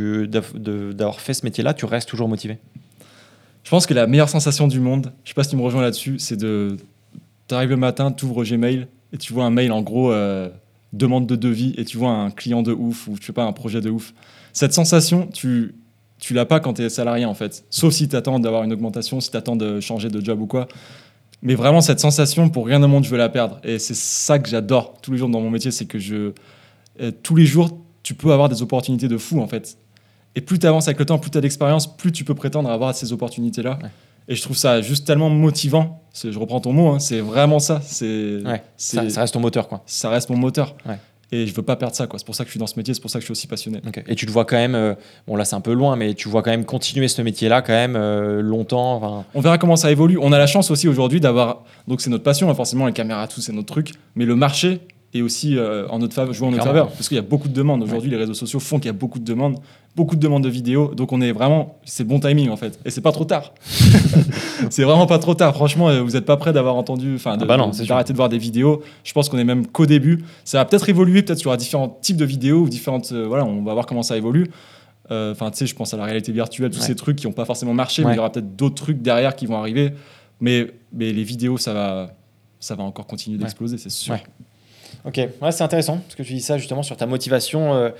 d'avoir fait ce métier-là, tu restes toujours motivé ? Je pense que la meilleure sensation du monde, je sais pas si tu me rejoins là-dessus, c'est t'arrives le matin, t'ouvres Gmail et tu vois un mail en gros demande de devis et tu vois un client de ouf ou je sais pas un projet de ouf. Cette sensation, tu l'as pas quand t'es salarié en fait, sauf si t'attends d'avoir une augmentation, si t'attends de changer de job ou quoi. Mais vraiment cette sensation, pour rien au monde je veux la perdre. Et c'est ça que j'adore tous les jours dans mon métier, c'est que tous les jours tu peux avoir des opportunités de fou en fait. Et plus tu avances avec le temps, plus tu as d'expérience, plus tu peux prétendre avoir ces opportunités-là. Et je trouve ça juste tellement motivant. Je reprends ton mot, c'est vraiment ça. Ça reste ton moteur, quoi. Ça reste mon moteur. Et je veux pas perdre ça, quoi. C'est pour ça que je suis dans ce métier, c'est pour ça que je suis aussi passionné. Et tu te vois quand même, bon là c'est un peu loin, mais tu vois quand même continuer ce métier-là quand même longtemps. On verra comment ça évolue. On a la chance aussi aujourd'hui d'avoir, donc c'est notre passion, forcément les caméras, tout c'est notre truc, mais le marché est aussi en notre faveur, joue en notre faveur, parce qu'il y a beaucoup de demandes. Aujourd'hui, les réseaux sociaux font qu'il y a beaucoup de demandes de vidéos, donc on est vraiment, c'est le bon timing en fait, et c'est pas trop tard. C'est vraiment pas trop tard, franchement, vous êtes pas prêt d'avoir entendu, d'arrêter de voir des vidéos. Je pense qu'on est même qu'au début. Ça va peut-être évoluer, peut-être sur différents types de vidéos ou différentes, on va voir comment ça évolue. Je pense à la réalité virtuelle, tous ces trucs qui n'ont pas forcément marché, mais il y aura peut-être d'autres trucs derrière qui vont arriver. Mais les vidéos, ça va encore continuer d'exploser, c'est sûr. Ok, c'est intéressant parce que tu dis ça justement sur ta motivation.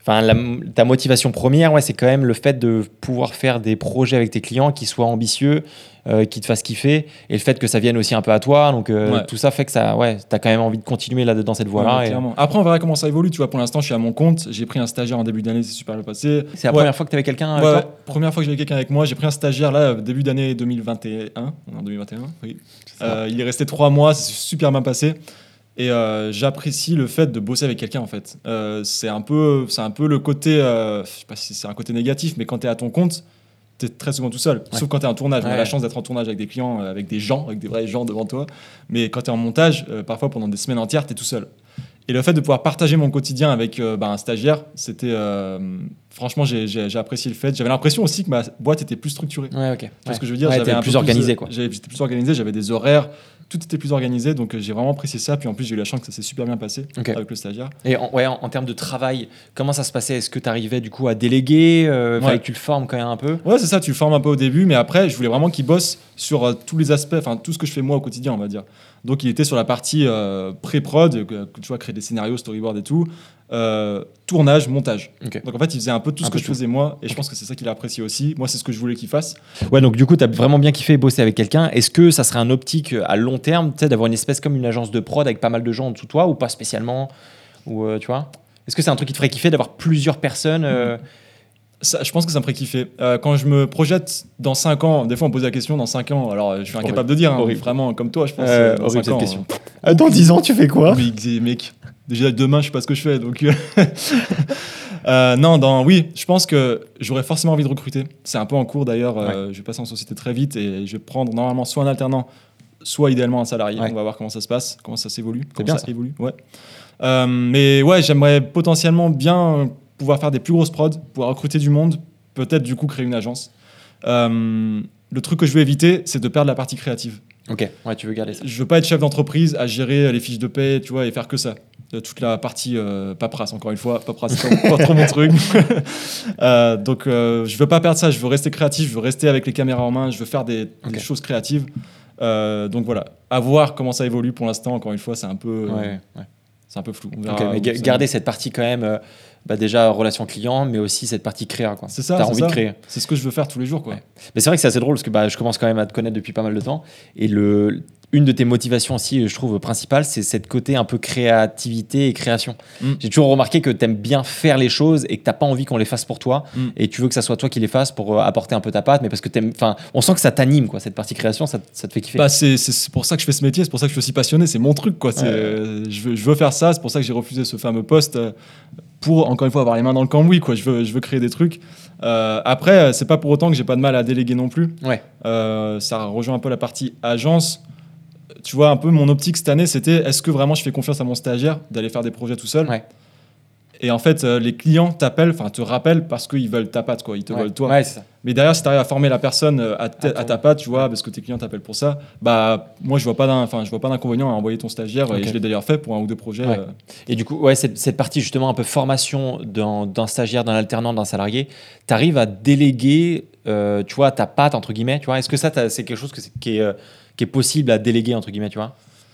Ta motivation première, c'est quand même le fait de pouvoir faire des projets avec tes clients qui soient ambitieux, qui te fassent kiffer, et le fait que ça vienne aussi un peu à toi. Donc tout ça fait que ça, t'as quand même envie de continuer là dans cette voie-là. Clairement. Après, on verra comment ça évolue. Tu vois, pour l'instant, je suis à mon compte. J'ai pris un stagiaire en début d'année, c'est super bien passé. C'est la première fois que tu avais quelqu'un avec toi ? Première fois que j'avais quelqu'un avec moi. J'ai pris un stagiaire là, début d'année 2021. En 2021, oui. Il est resté 3 mois, c'est super bien passé. Et j'apprécie le fait de bosser avec quelqu'un en fait. C'est un peu le côté, je sais pas si c'est un côté négatif, mais quand tu es à ton compte, tu es très souvent tout seul. Sauf quand tu es en tournage. On a la chance d'être en tournage avec des clients, avec des vrais gens devant toi. Mais quand tu es en montage, parfois pendant des semaines entières, tu es tout seul. Et le fait de pouvoir partager mon quotidien avec un stagiaire, c'était franchement, j'ai apprécié le fait. J'avais l'impression aussi que ma boîte était plus structurée. Tu vois ce que je veux dire ? J'étais plus organisé, quoi. J'étais plus organisé, j'avais des horaires. Tout était plus organisé, donc j'ai vraiment apprécié ça. Puis en plus, j'ai eu la chance que ça s'est super bien passé avec le stagiaire. Et en termes de travail, comment ça se passait ? Est-ce que tu arrivais du coup à déléguer ? Fallait que tu le formes quand même un peu ? Ouais, c'est ça, tu le formes un peu au début, mais après, je voulais vraiment qu'il bosse sur tous les aspects, tout ce que je fais moi au quotidien, on va dire. Donc il était sur la partie pré-prod, tu vois, créer des scénarios, storyboard et tout. Tournage, montage. Donc en fait, il faisait un peu tout ce que je faisais moi, et je pense que c'est ça qu'il a apprécié aussi. Moi, c'est ce que je voulais qu'il fasse. Ouais, donc du coup, tu as vraiment bien kiffé bosser avec quelqu'un. Est-ce que ça serait un optique à long terme, tu sais, d'avoir une espèce comme une agence de prod avec pas mal de gens en dessous de toi, ou pas spécialement, ou tu vois ? Est-ce que c'est un truc qui te ferait kiffer d'avoir plusieurs personnes Ça, je pense que ça me ferait kiffer. Quand je me projette dans 5 ans, des fois on me pose la question dans 5 ans, alors je suis incapable de dire, hein, vraiment comme toi, je pense. Dans Horrible 5 cette ans, question. Dans 10 ans, tu fais quoi? Mais mec, déjà demain, je sais pas ce que je fais. Donc, oui, je pense que j'aurais forcément envie de recruter. C'est un peu en cours d'ailleurs. Je vais passer en société très vite et je vais prendre normalement soit un alternant, soit idéalement un salarié. Ouais. On va voir comment ça se passe, comment ça s'évolue, C'est comment bien, ça ça. évolue. Ouais. Mais ouais, j'aimerais potentiellement bien pouvoir faire des plus grosses prods, pouvoir recruter du monde, peut-être du coup créer une agence. Le truc que je veux éviter, c'est de perdre la partie créative. Ok, ouais, tu veux garder ça. Je veux pas être chef d'entreprise à gérer les fiches de paie, tu vois, et faire que ça. Toute la partie paperasse, encore une fois, paperasse, c'est pas trop mon truc. Donc, je veux pas perdre ça. Je veux rester créatif. Je veux rester avec les caméras en main. Je veux faire des choses créatives. Donc voilà, à voir comment ça évolue pour l'instant. Encore une fois, c'est un peu, c'est un peu flou. On verra mais garder cette partie quand même. Déjà relation client, mais aussi cette partie créa, quoi. C'est ça. T'as envie de créer. C'est ce que je veux faire tous les jours, quoi. Ouais. Mais c'est vrai que c'est assez drôle parce que je commence quand même à te connaître depuis pas mal de temps. Et une de tes motivations aussi, je trouve, principale, c'est cette côté un peu créativité et création. J'ai toujours remarqué que tu aimes bien faire les choses et que tu n'as pas envie qu'on les fasse pour toi. Et tu veux que ça soit toi qui les fasses pour apporter un peu ta patte, mais parce que on sent que ça t'anime, quoi, cette partie création, ça te fait kiffer. C'est pour ça que je fais ce métier, c'est pour ça que je suis aussi passionné, c'est mon truc, quoi. Je veux faire ça, c'est pour ça que j'ai refusé ce fameux poste. Pour, encore une fois, avoir les mains dans le cambouis, quoi. Je veux créer des trucs. Après, c'est pas pour autant que j'ai pas de mal à déléguer non plus. Ça rejoint un peu la partie agence. Tu vois, un peu mon optique cette année, c'était est-ce que vraiment je fais confiance à mon stagiaire d'aller faire des projets tout seul. Et en fait, les clients te rappellent parce qu'ils veulent ta patte, quoi. Ils te veulent toi. Ouais, c'est ça. Mais derrière, si tu arrives à former la personne à ta patte, tu vois, parce que tes clients t'appellent pour ça, moi, je vois pas d'inconvénient à envoyer ton stagiaire. Et je l'ai d'ailleurs fait pour un ou deux projets. Et du coup, cette partie justement un peu formation d'un stagiaire, d'un alternant, d'un salarié, tu arrives à déléguer, tu vois, ta patte, entre guillemets, tu vois. Est-ce que ça, c'est quelque chose qui est possible à déléguer, entre guillemets, tu vois?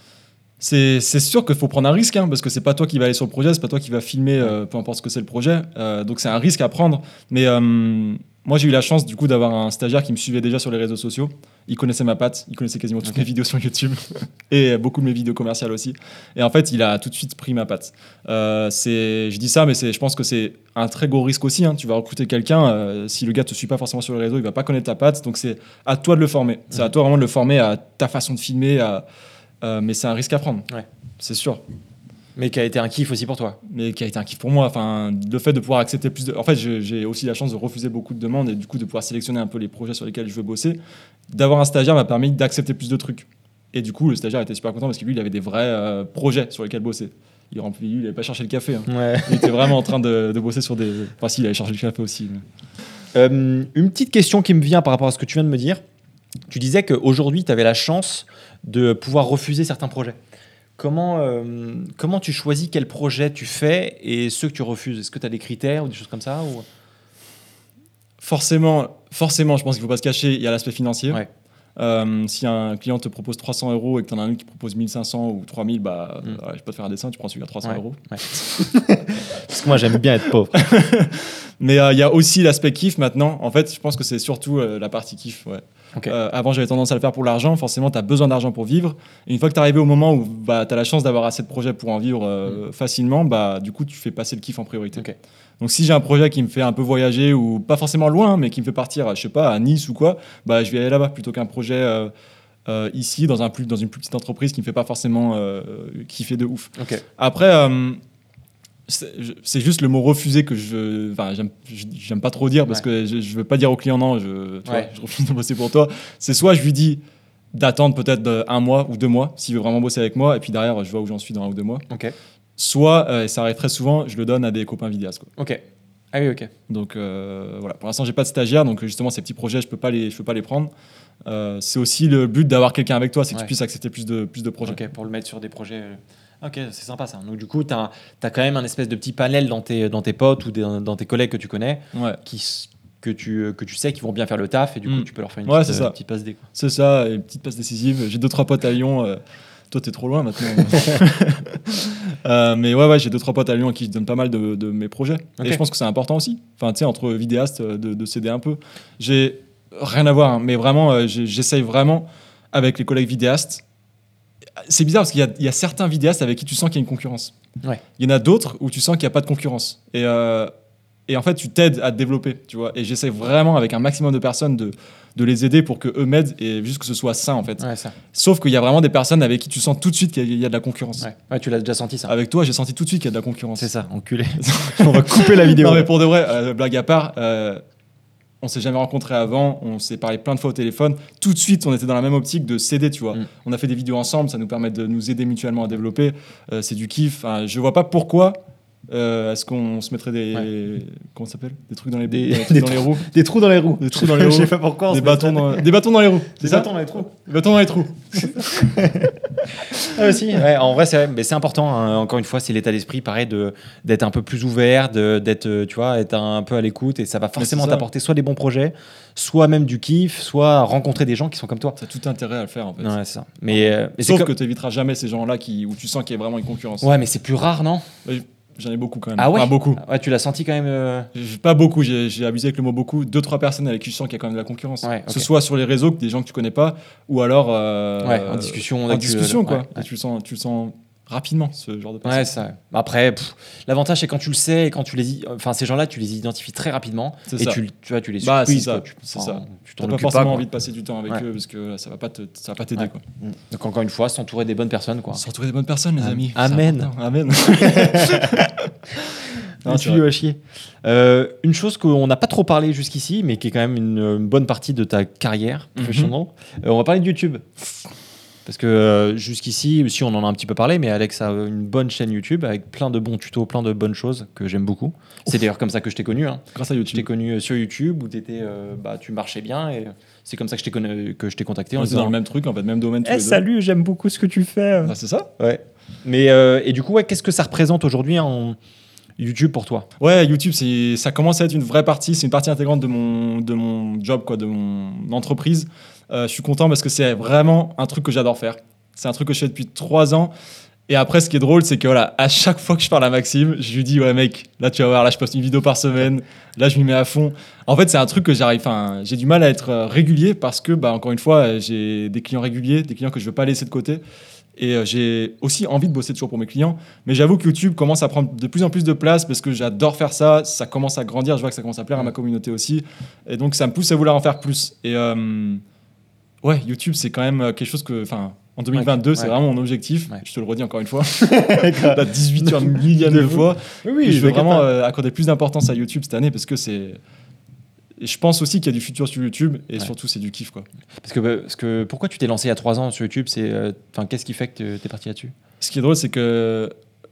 C'est sûr qu'il faut prendre un risque, hein, parce que c'est pas toi qui va aller sur le projet, c'est pas toi qui va filmer, peu importe ce que c'est le projet. Donc c'est un risque à prendre. Mais moi, j'ai eu la chance du coup d'avoir un stagiaire qui me suivait déjà sur les réseaux sociaux. Il connaissait ma patte, il connaissait quasiment toutes mes vidéos sur YouTube et beaucoup de mes vidéos commerciales aussi. Et en fait, il a tout de suite pris ma patte. Je dis ça, mais je pense que c'est un très gros risque aussi, hein. Tu vas recruter quelqu'un, si le gars te suit pas forcément sur les réseaux, il va pas connaître ta patte. Donc c'est à toi de le former. C'est à toi vraiment de le former à ta façon de filmer, mais c'est un risque à prendre, c'est sûr. Mais qui a été un kiff aussi pour toi. Mais qui a été un kiff pour moi. Enfin, le fait de pouvoir accepter plus de... En fait, j'ai aussi la chance de refuser beaucoup de demandes et du coup de pouvoir sélectionner un peu les projets sur lesquels je veux bosser. D'avoir un stagiaire m'a permis d'accepter plus de trucs. Et du coup, le stagiaire était super content parce que lui, il avait des vrais projets sur lesquels bosser. Il n'avait pas cherché le café. Hein. Il était vraiment en train de bosser sur des... Enfin, si, il avait cherché le café aussi. Mais... une petite question qui me vient par rapport à ce que tu viens de me dire. Tu disais qu'aujourd'hui, tu avais la chance de pouvoir refuser certains projets. Comment tu choisis quel projet tu fais et ceux que tu refuses? Est-ce que tu as des critères ou des choses comme ça ou... Forcément, je pense qu'il ne faut pas se cacher, il y a l'aspect financier. Si un client te propose 300 € et que tu en as un qui propose 1500 ou 3000, je peux te faire un dessin, tu prends celui à 300 €. Parce que moi, j'aime bien être pauvre. Mais il y a aussi l'aspect kiff maintenant. En fait, je pense que c'est surtout la partie kiff. Avant, j'avais tendance à le faire pour l'argent. Forcément, tu as besoin d'argent pour vivre. Et une fois que tu es arrivé au moment où tu as la chance d'avoir assez de projets pour en vivre facilement, du coup, tu fais passer le kiff en priorité. Donc, si j'ai un projet qui me fait un peu voyager, ou pas forcément loin, mais qui me fait partir, je sais pas, à Nice ou quoi, je vais aller là-bas plutôt qu'un projet ici, dans une plus petite entreprise qui me fait pas forcément kiffer de ouf. Après... c'est juste le mot refuser que j'aime pas trop dire parce que je veux pas dire au client non, je refuse de bosser pour toi. C'est soit je lui dis d'attendre peut-être 1 mois ou 2 mois s'il veut vraiment bosser avec moi et puis derrière je vois où j'en suis dans 1 ou 2 mois. Soit, et ça arrive très souvent, je le donne à des copains vidéastes, quoi. Ah oui, ok. Donc voilà, pour l'instant j'ai pas de stagiaire, donc justement ces petits projets je peux pas les prendre. C'est aussi le but d'avoir quelqu'un avec toi, c'est que tu puisses accepter plus de projets. Pour le mettre sur des projets. Ok, c'est sympa ça. Donc du coup, tu as quand même un espèce de petit panel dans tes potes ou dans tes collègues que tu connais que tu sais qu'ils vont bien faire le taf et du coup tu peux leur faire une petite passe D. C'est ça, une petite passe décisive. J'ai 2-3 potes à Lyon. Toi, t'es trop loin maintenant. Mais j'ai 2-3 potes à Lyon qui donnent pas mal de mes projets. Et je pense que c'est important aussi. Enfin, tu sais, entre vidéastes, de s'aider un peu. J'ai rien à voir, hein, mais vraiment, j'essaye vraiment avec les collègues vidéastes. C'est bizarre parce qu'il y a certains vidéastes avec qui tu sens qu'il y a une concurrence. Il y en a d'autres où tu sens qu'il n'y a pas de concurrence. Et Et en fait, tu t'aides à te développer, tu vois. Et j'essaie vraiment avec un maximum de personnes de les aider pour que eux m'aident et juste que ce soit sain, en fait. Ouais, ça. Sauf qu'il y a vraiment des personnes avec qui tu sens tout de suite qu'il y a de la concurrence. Ouais, tu l'as déjà senti ça. Avec toi, j'ai senti tout de suite qu'il y a de la concurrence. C'est ça, enculé. On va couper la vidéo. Non, mais pour de vrai, blague à part, on s'est jamais rencontrés avant, on s'est parlé plein de fois au téléphone. Tout de suite, on était dans la même optique de s'aider, tu vois. On a fait des vidéos ensemble, ça nous permet de nous aider mutuellement à développer. C'est du kiff. Enfin, je vois pas pourquoi. Est-ce qu'on se mettrait des comment ça s'appelle, des trucs dans les dans les roues, Des trous dans les roues. des trous dans les roues, Je sais pas pourquoi. des bâtons dans les roues, Des ça bâtons dans les trous. des bâtons dans les trous. Ah, aussi. Ouais, en vrai, c'est important. Hein, encore une fois, c'est l'état d'esprit, pareil, d'être un peu plus ouvert, d'être, tu vois, être un peu à l'écoute, et ça va forcément c'est ça. t'apporter soit des bons projets, soit même du kiff, soit rencontrer des gens qui sont comme toi. T'as tout intérêt à le faire en fait. Ouais, c'est ça. Mais Sauf c'est que t'éviteras jamais ces gens-là où tu sens qu'il y a vraiment une concurrence. ouais, mais c'est plus rare, non? J'en ai beaucoup quand même. Ah ouais. Enfin, beaucoup. Ouais, tu l'as senti quand même. Pas beaucoup, j'ai abusé avec le mot beaucoup. 2-3 personnes avec qui je sens qu'il y a quand même de la concurrence. Ouais, Que ok. ce soit sur les réseaux, des gens que tu connais pas, ou alors Ouais, en discussion. en discussion quoi. Ouais, Et tu le sens rapidement ce genre de personnes. ouais, ça. Après, l'avantage c'est quand tu le sais et quand enfin ces gens-là, tu les identifies très rapidement C'est et ça. tu vois, tu les Bah, c'est surprises. ça, Quoi. c'est ça. Tu T'as t'en pas occupes forcément quoi. envie de passer du temps avec Ouais. eux parce que ça va pas t'aider Ouais. quoi. Donc encore une fois, s'entourer des bonnes personnes quoi. S'entourer des bonnes personnes les amis. Amen. C'est important. Amen. Non, Un c'est tuyau vrai. à chier. Une chose qu'on n'a pas trop parlé jusqu'ici, mais qui est quand même une bonne partie de ta carrière professionnelle, on va parler de YouTube. Parce que jusqu'ici, si on en a un petit peu parlé, mais Alex a une bonne chaîne YouTube avec plein de bons tutos, plein de bonnes choses que j'aime beaucoup. C'est d'ailleurs comme ça que je t'ai connu. Hein. Grâce à Je t'ai YouTube. connu sur YouTube où tu marchais bien et c'est comme ça que je t'ai contacté. On en était dans disant, le même truc en fait, même domaine tous Eh, les deux. salut, j'aime beaucoup ce que tu fais. Ah, c'est ça. Ouais. Mais et du coup, ouais, qu'est-ce que ça représente aujourd'hui en YouTube pour toi? Ouais, YouTube, ça commence à être une vraie partie, c'est une partie intégrante de mon job, quoi, de mon entreprise. Je suis content parce que c'est vraiment un truc que j'adore faire. C'est un truc que je fais depuis 3 ans. Et après, ce qui est drôle, c'est que voilà, à chaque fois que je parle à Maxime, je lui dis ouais mec, là tu vas voir, là je poste une vidéo par semaine, là je m'y mets à fond. En fait, c'est un truc que j'ai du mal à être régulier parce que bah encore une fois, j'ai des clients réguliers, des clients que je veux pas laisser de côté. Et j'ai aussi envie de bosser toujours pour mes clients. Mais j'avoue que YouTube commence à prendre de plus en plus de place parce que j'adore faire ça. Ça commence à grandir. Je vois que ça commence à plaire à ma communauté aussi. Et donc, ça me pousse à vouloir en faire plus. Et ouais, YouTube, c'est quand même quelque chose que... Enfin, en 2022, c'est vraiment mon objectif. Ouais. Je te le redis encore une fois. La 18 millième de fois. Oui, Et je veux vraiment accorder plus d'importance à YouTube cette année parce que c'est... Et je pense aussi qu'il y a du futur sur YouTube et surtout c'est du kiff quoi. Parce que pourquoi tu t'es lancé il y a 3 ans sur YouTube, qu'est-ce qui fait que t'es parti là-dessus? Ce qui est drôle, c'est que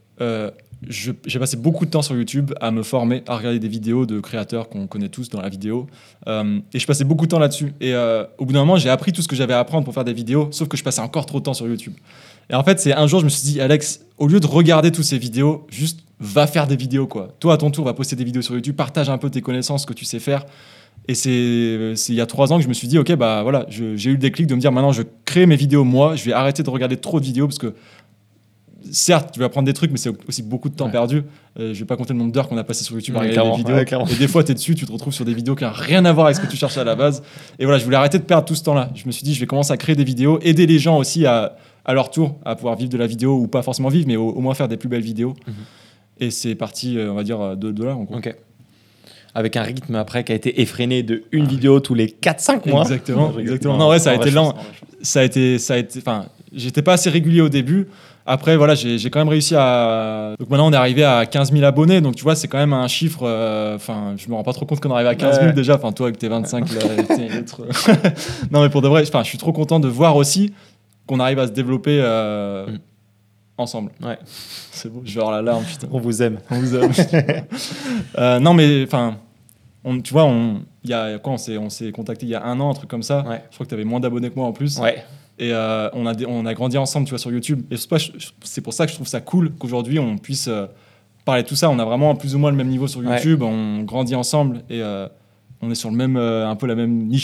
j'ai passé beaucoup de temps sur YouTube à me former, à regarder des vidéos de créateurs qu'on connaît tous dans la vidéo. Et je passais beaucoup de temps là-dessus. Et au bout d'un moment, j'ai appris tout ce que j'avais à apprendre pour faire des vidéos, sauf que je passais encore trop de temps sur YouTube. Et en fait, c'est un jour, je me suis dit, Alex, au lieu de regarder toutes ces vidéos, juste va faire des vidéos, quoi. Toi, à ton tour, va poster des vidéos sur YouTube, partage un peu tes connaissances, ce que tu sais faire. Et c'est il y a 3 ans que je me suis dit, ok, bah voilà, j'ai eu le déclic de me dire, maintenant, je crée mes vidéos moi, je vais arrêter de regarder trop de vidéos parce que certes, tu vas apprendre des trucs, mais c'est aussi beaucoup de temps perdu. Je vais pas compter le nombre d'heures qu'on a passé sur YouTube à regarder des vidéos. Ouais, et des fois, tu es dessus, tu te retrouves sur des vidéos qui n'ont rien à voir avec ce que tu cherchais à la base. Et voilà, je voulais arrêter de perdre tout ce temps-là. Je me suis dit, je vais commencer à créer des vidéos, aider les gens aussi à leur tour à pouvoir vivre de la vidéo, ou pas forcément vivre, mais au moins faire des plus belles vidéos. Et c'est parti, on va dire, de là. En gros. Ok. Avec un rythme après qui a été effréné de une vidéo tous les 4-5 mois. Exactement. Non, ouais, ça a été lent. Ça a été, enfin, j'étais pas assez régulier au début. Après, voilà, j'ai quand même réussi à. Donc maintenant, on est arrivé à 15 000 abonnés. Donc tu vois, c'est quand même un chiffre. Enfin, je me rends pas trop compte qu'on arrive à 15 000 déjà. Enfin, toi, avec tes 25, là, non, mais pour de vrai, enfin, je suis trop content de voir aussi qu'on arrive à se développer ensemble. Ouais. C'est beau, je vais avoir la larme, putain. On vous aime. On vous aime. Non, mais enfin, tu vois, il y a quoi, on s'est contacté il y a 1 an, un truc comme ça. Ouais. Je crois que tu avais moins d'abonnés que moi en plus. Ouais. Et on a grandi ensemble, tu vois, sur YouTube. Et c'est pour ça que je trouve ça cool qu'aujourd'hui on puisse parler de tout ça. On a vraiment plus ou moins le même niveau sur YouTube. On grandit ensemble et on est sur le même, un peu la même niche.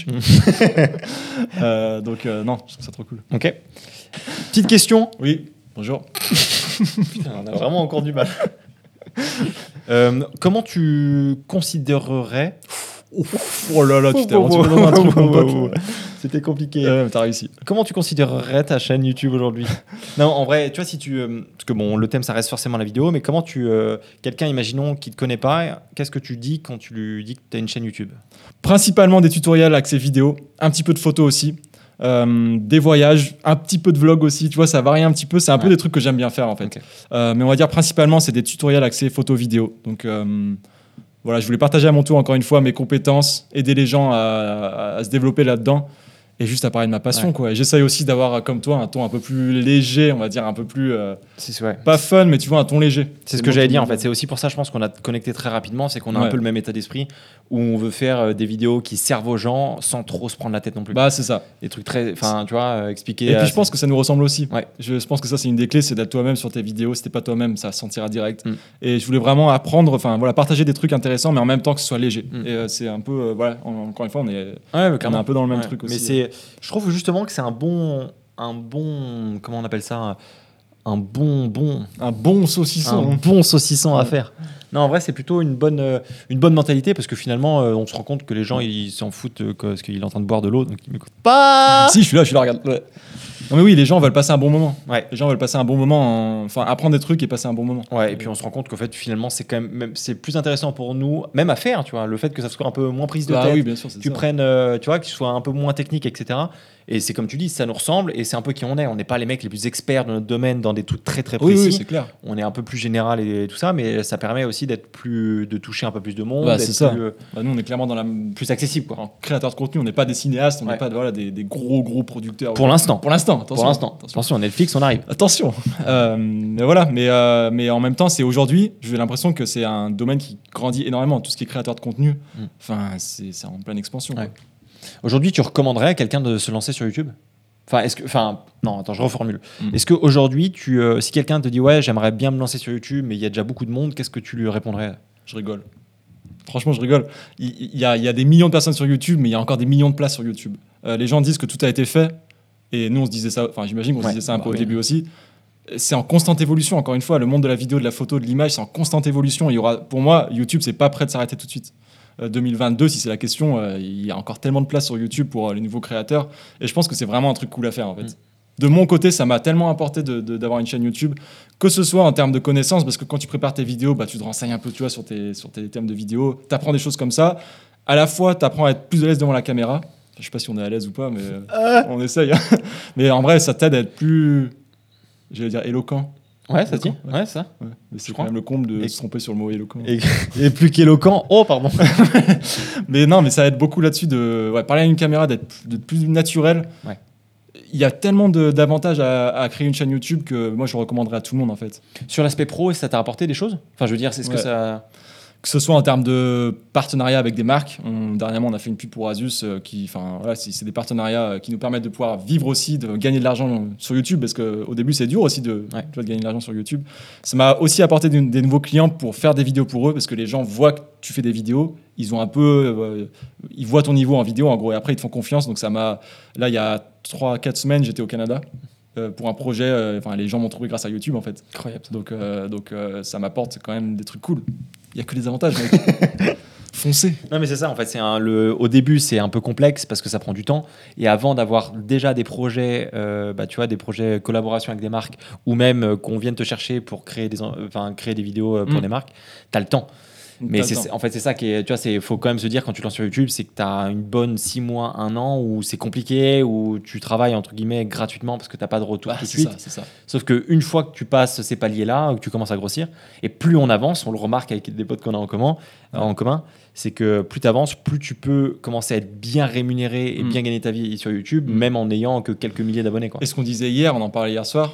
Donc non, je trouve ça trop cool. Ok. Petite question. Oui. Bonjour. Putain, on a vraiment encore du mal. Comment tu considérerais... Oh là là, tu t'es rendu compte d'un truc, mon pote. C'était compliqué. T'as réussi. Comment tu considérerais ta chaîne YouTube aujourd'hui? Non, en vrai, tu vois, si tu, parce que bon, le thème, ça reste forcément la vidéo, mais comment quelqu'un, imaginons, qui te connaît pas, qu'est-ce que tu dis quand tu lui dis que tu as une chaîne YouTube? Principalement des tutoriels axés vidéo, un petit peu de photos aussi, des voyages, un petit peu de vlog aussi, tu vois, ça varie un petit peu, c'est un peu des trucs que j'aime bien faire en fait. Okay. Mais on va dire principalement c'est des tutoriels axés photos vidéo. Donc voilà, je voulais partager à mon tour encore une fois mes compétences, aider les gens à se développer là-dedans. Et juste à parler de ma passion, quoi. Et j'essaye aussi d'avoir, comme toi, un ton un peu plus léger, on va dire, un peu plus... pas fun, mais tu vois, un ton léger. C'est ce que j'allais dire, en fait. C'est aussi pour ça, je pense qu'on a connecté très rapidement, c'est qu'on a un peu le même état d'esprit, où on veut faire des vidéos qui servent aux gens sans trop se prendre la tête non plus. Bah, c'est ça. Des trucs très... Enfin, tu vois, expliquer... Et puis, je pense que ça nous ressemble aussi. Ouais. Je pense que ça, c'est une des clés, c'est d'être toi-même sur tes vidéos. Si t'es pas toi-même, ça se sentira direct. Et je voulais vraiment apprendre, enfin, voilà, partager des trucs intéressants, mais en même temps que ce soit léger. Et c'est un peu... voilà, encore une fois, on est un peu dans le même truc aussi. Mais c'est... Je trouve justement que c'est un bon comment on appelle ça, un bon saucisson, à faire. Non, en vrai, c'est plutôt une bonne mentalité, parce que finalement, on se rend compte que les gens, ils s'en foutent parce qu'il est en train de boire de l'eau, donc ils m'écoutent pas. Si, je suis là, regarde. Ouais. Non mais oui, les gens veulent passer un bon moment. Ouais. Les gens veulent passer un bon moment, enfin apprendre des trucs et passer un bon moment. Ouais, et puis on se rend compte qu'en fait, finalement, c'est quand même c'est plus intéressant pour nous, même à faire, tu vois, le fait que ça soit un peu moins prise de tête. Oui, bien sûr, tu ça. prennes, tu vois, qu'il soit un peu moins technique, etc. Et c'est comme tu dis, ça nous ressemble et c'est un peu qui on est. On n'est pas les mecs les plus experts de notre domaine dans des trucs très très précis. Oui, c'est clair. On est un peu plus général et tout ça, mais ça permet aussi de toucher un peu plus de monde. Bah, c'est ça. Nous, on est clairement plus accessible, quoi. En créateur de contenu, on n'est pas des cinéastes, on n'est pas des gros producteurs. Pour l'instant. Attention, Netflix, on arrive. Attention. Mais voilà, mais en même temps, c'est aujourd'hui, j'ai l'impression que c'est un domaine qui grandit énormément. Tout ce qui est créateur de contenu, enfin, c'est en pleine expansion. Ouais. Aujourd'hui, tu recommanderais à quelqu'un de se lancer sur YouTube? Non, attends, je reformule. Est-ce qu'aujourd'hui, si quelqu'un te dit ouais, j'aimerais bien me lancer sur YouTube, mais il y a déjà beaucoup de monde, qu'est-ce que tu lui répondrais? Je rigole. Franchement, je rigole. Il y a des millions de personnes sur YouTube, mais il y a encore des millions de places sur YouTube. Les gens disent que tout a été fait, et nous, on se disait ça. Enfin, j'imagine qu'on se disait ça un peu au début aussi. C'est en constante évolution. Encore une fois, le monde de la vidéo, de la photo, de l'image, c'est en constante évolution. Pour moi, YouTube, c'est pas prêt de s'arrêter tout de suite. 2022, si c'est la question, il y a encore tellement de place sur YouTube pour les nouveaux créateurs. Et je pense que c'est vraiment un truc cool à faire, en fait. De mon côté, ça m'a tellement apporté d'avoir une chaîne YouTube, que ce soit en termes de connaissances, parce que quand tu prépares tes vidéos, tu te renseignes un peu, tu vois, sur tes thèmes de vidéos, tu apprends des choses comme ça. À la fois, tu apprends à être plus à l'aise devant la caméra. Je sais pas si on est à l'aise ou pas, mais on essaye. Mais en vrai, ça t'aide à être plus, j'allais dire, éloquent. Ouais, ça dit. Ouais, ça. Ouais. Mais c'est quand même le comble de se tromper sur le mot éloquent. Et plus qu'éloquent. Oh, pardon. Mais non, mais ça aide beaucoup là-dessus de parler à une caméra, d'être plus naturel. Ouais. Il y a tellement d'avantages à créer une chaîne YouTube que moi je recommanderais à tout le monde en fait. Sur l'aspect pro, ça t'a apporté des choses? Enfin, je veux dire, c'est ce que ça. Que ce soit en termes de partenariat avec des marques. Dernièrement, on a fait une pub pour Asus c'est des partenariats qui nous permettent de pouvoir vivre aussi, de gagner de l'argent sur YouTube, parce qu'au début, c'est dur aussi de gagner de l'argent sur YouTube. Ça m'a aussi apporté des nouveaux clients pour faire des vidéos pour eux, parce que les gens voient que tu fais des vidéos, ils voient ton niveau en vidéo, en gros, et après, ils te font confiance. Donc là, il y a 3-4 semaines, j'étais au Canada. Pour un projet, les gens m'ont trouvé grâce à YouTube en fait. Incroyable. Donc ça m'apporte quand même des trucs cool. Il y a que des avantages, mec. Foncez. Non mais c'est ça en fait. Au début c'est un peu complexe parce que ça prend du temps. Et avant d'avoir déjà des projets, tu vois, des projets collaboration avec des marques ou même qu'on vienne te chercher pour créer des vidéos pour des marques, t'as le temps. Mais en fait, c'est ça qui est, tu vois, faut quand même se dire quand tu lances sur YouTube, c'est que tu as une bonne 6 mois, 1 an où c'est compliqué, où tu travailles entre guillemets gratuitement parce que tu n'as pas de retour tout de suite. C'est ça. Sauf qu'une fois que tu passes ces paliers-là, que tu commences à grossir, et plus on avance, on le remarque avec des potes qu'on a en commun, c'est que plus tu avances, plus tu peux commencer à être bien rémunéré et bien gagner ta vie sur YouTube, même en n'ayant que quelques milliers d'abonnés, quoi. Et ce qu'on disait hier, on en parlait hier soir,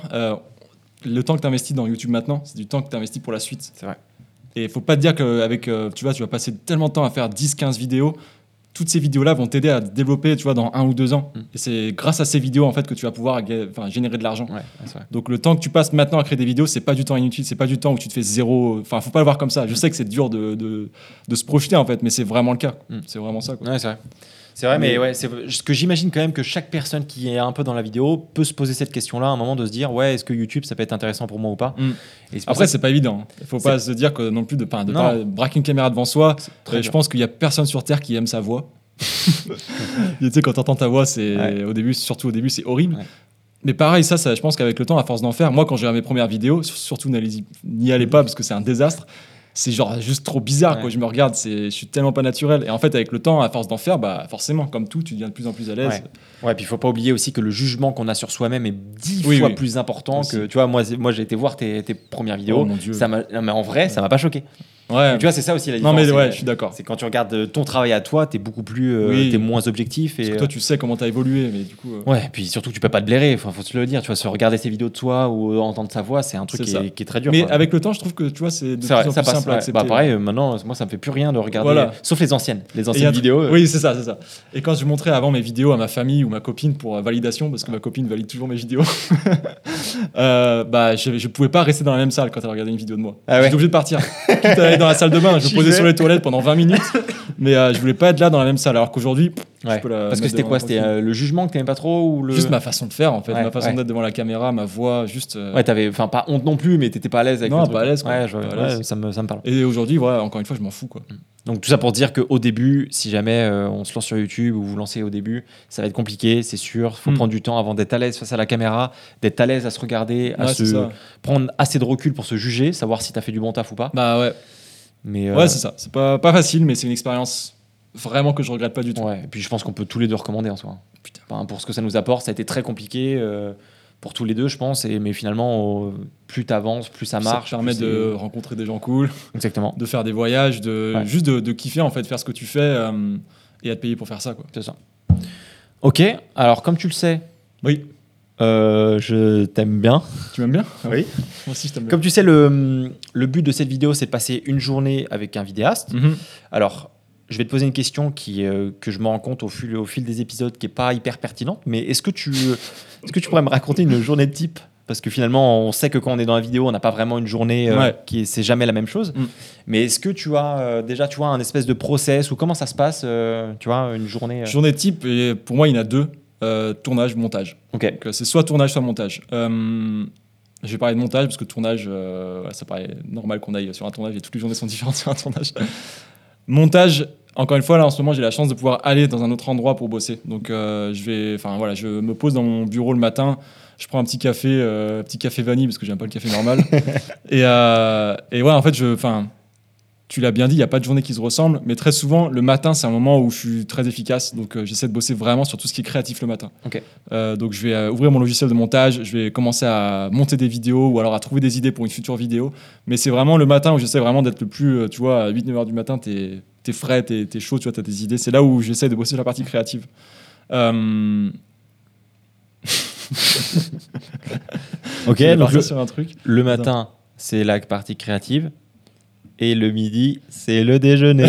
le temps que tu investis dans YouTube maintenant, c'est du temps que tu investis pour la suite. C'est vrai. Et il ne faut pas te dire qu'avec, tu vas passer tellement de temps à faire 10-15 vidéos. Toutes ces vidéos-là vont t'aider à te développer, tu vois, dans 1 ou 2 ans. Et c'est grâce à ces vidéos, en fait, que tu vas pouvoir générer de l'argent. Ouais, c'est vrai. Donc, le temps que tu passes maintenant à créer des vidéos, c'est pas du temps inutile. C'est pas du temps où tu te fais zéro. Enfin, faut pas le voir comme ça. Je sais que c'est dur de se projeter, en fait, mais c'est vraiment le cas. C'est vraiment ça, quoi. Ouais, c'est vrai. C'est vrai, mais ouais, c'est ce que j'imagine quand même que chaque personne qui est un peu dans la vidéo peut se poser cette question-là à un moment de se dire ouais, est-ce que YouTube ça peut être intéressant pour moi ou pas. Et après, c'est pas évident. Il faut pas se dire que non plus de pas braquer une caméra devant soi. Je pense qu'il y a personne sur Terre qui aime sa voix. Tu sais, quand t'entends ta voix, surtout au début, c'est horrible. Ouais. Mais pareil, ça, je pense qu'avec le temps, à force d'en faire, moi, quand j'ai mes premières vidéos, surtout n'y allez pas parce que c'est un désastre. C'est genre juste trop bizarre, quoi. Je me regarde, je suis tellement pas naturel. Et en fait, avec le temps, à force d'en faire, bah forcément, comme tout, tu deviens de plus en plus à l'aise. Ouais, puis il faut pas oublier aussi que le jugement qu'on a sur soi-même est 10 fois plus important aussi. Que, tu vois, moi j'ai été voir tes premières vidéos. Oh mon Dieu. Mais en vrai, ça m'a pas choqué. Ouais. Tu vois, c'est ça aussi la différence. Non, mais ouais, je suis d'accord. C'est quand tu regardes ton travail à toi, t'es beaucoup plus, t'es moins objectif. Parce que toi, tu sais comment t'as évolué, mais du coup. Ouais, puis surtout, tu peux pas te blairer. Enfin, faut se le dire. Tu vois, se regarder ses vidéos de toi ou entendre sa voix, c'est un truc qui est très dur. Mais avec le temps, je trouve que tu vois, c'est de plus en plus simple à accepter. Bah pareil, maintenant, moi, ça me fait plus rien de regarder, sauf les anciennes vidéos. Oui, c'est ça. Et quand je montrais avant mes vidéos à ma famille ou ma copine pour validation, parce que ma copine valide toujours mes vidéos, bah je pouvais pas rester dans la même salle quand elle regardait une vidéo de moi. J'étais obligé de partir. Quitte à aller dans la salle de bain, je me posais sur les toilettes pendant 20 minutes, mais je voulais pas être là dans la même salle. Alors qu'aujourd'hui, parce que c'était quoi? C'était le jugement que t'aimais pas trop ou juste ma façon de faire en fait, ma façon d'être devant la caméra, ma voix, juste. Ouais, t'avais, enfin pas honte non plus, mais t'étais pas à l'aise avec. Non, pas à l'aise. Ça me parle. Et aujourd'hui, voilà, encore une fois, je m'en fous quoi. Donc tout ça pour dire qu'au début, si jamais on se lance sur YouTube ou vous lancez au début, ça va être compliqué, c'est sûr. Faut prendre du temps avant d'être à l'aise face à la caméra, d'être à l'aise à se regarder, à prendre assez de recul pour se juger, savoir si t'as fait du bon taf ou pas. Bah ouais. Mais ouais, c'est ça. C'est pas facile, mais c'est une expérience vraiment que je regrette pas du tout. Ouais. Et puis je pense qu'on peut tous les deux recommander en soi. Putain. Enfin, pour ce que ça nous apporte, ça a été très compliqué pour tous les deux, je pense. Mais finalement, plus t'avances, plus ça marche. Ça permet de rencontrer des gens cool. Exactement. De faire des voyages, juste de kiffer en fait, faire ce que tu fais et être payé pour faire ça quoi. C'est ça. Ok. Alors comme tu le sais. Oui. Je t'aime bien. Tu m'aimes bien? Oui. Moi aussi, je t'aime bien. Comme tu sais, le but de cette vidéo, c'est de passer une journée avec un vidéaste. Alors, je vais te poser une question que je me rends compte au fil des épisodes qui n'est pas hyper pertinente, mais est-ce que tu pourrais me raconter une journée type? Parce que finalement, on sait que quand on est dans la vidéo, on n'a pas vraiment une journée c'est jamais la même chose. Mais est-ce que tu as déjà un espèce de process ou comment ça se passe, tu vois, une journée Journée type, et pour moi, il y en a deux. Tournage, montage. Okay. Donc, c'est soit tournage, soit montage. Je vais parler de montage parce que tournage, ça paraît normal qu'on aille sur un tournage et toutes les journées sont différentes sur un tournage. Montage, encore une fois, là en ce moment, j'ai la chance de pouvoir aller dans un autre endroit pour bosser. Donc, je me pose dans mon bureau le matin. Je prends un petit café vanille parce que j'aime pas le café normal. et ouais, en fait, tu l'as bien dit, il n'y a pas de journée qui se ressemble, mais très souvent, le matin, c'est un moment où je suis très efficace, donc j'essaie de bosser vraiment sur tout ce qui est créatif le matin. Okay. Donc je vais ouvrir mon logiciel de montage, je vais commencer à monter des vidéos ou alors à trouver des idées pour une future vidéo, mais c'est vraiment le matin où j'essaie vraiment d'être le plus, tu vois, à 8-9 heures du matin, t'es frais, t'es chaud, tu vois, t'as des idées, c'est là où j'essaie de bosser la partie créative. Ok, donc sur un truc. Le matin, c'est la partie créative. Et le midi, c'est le déjeuner.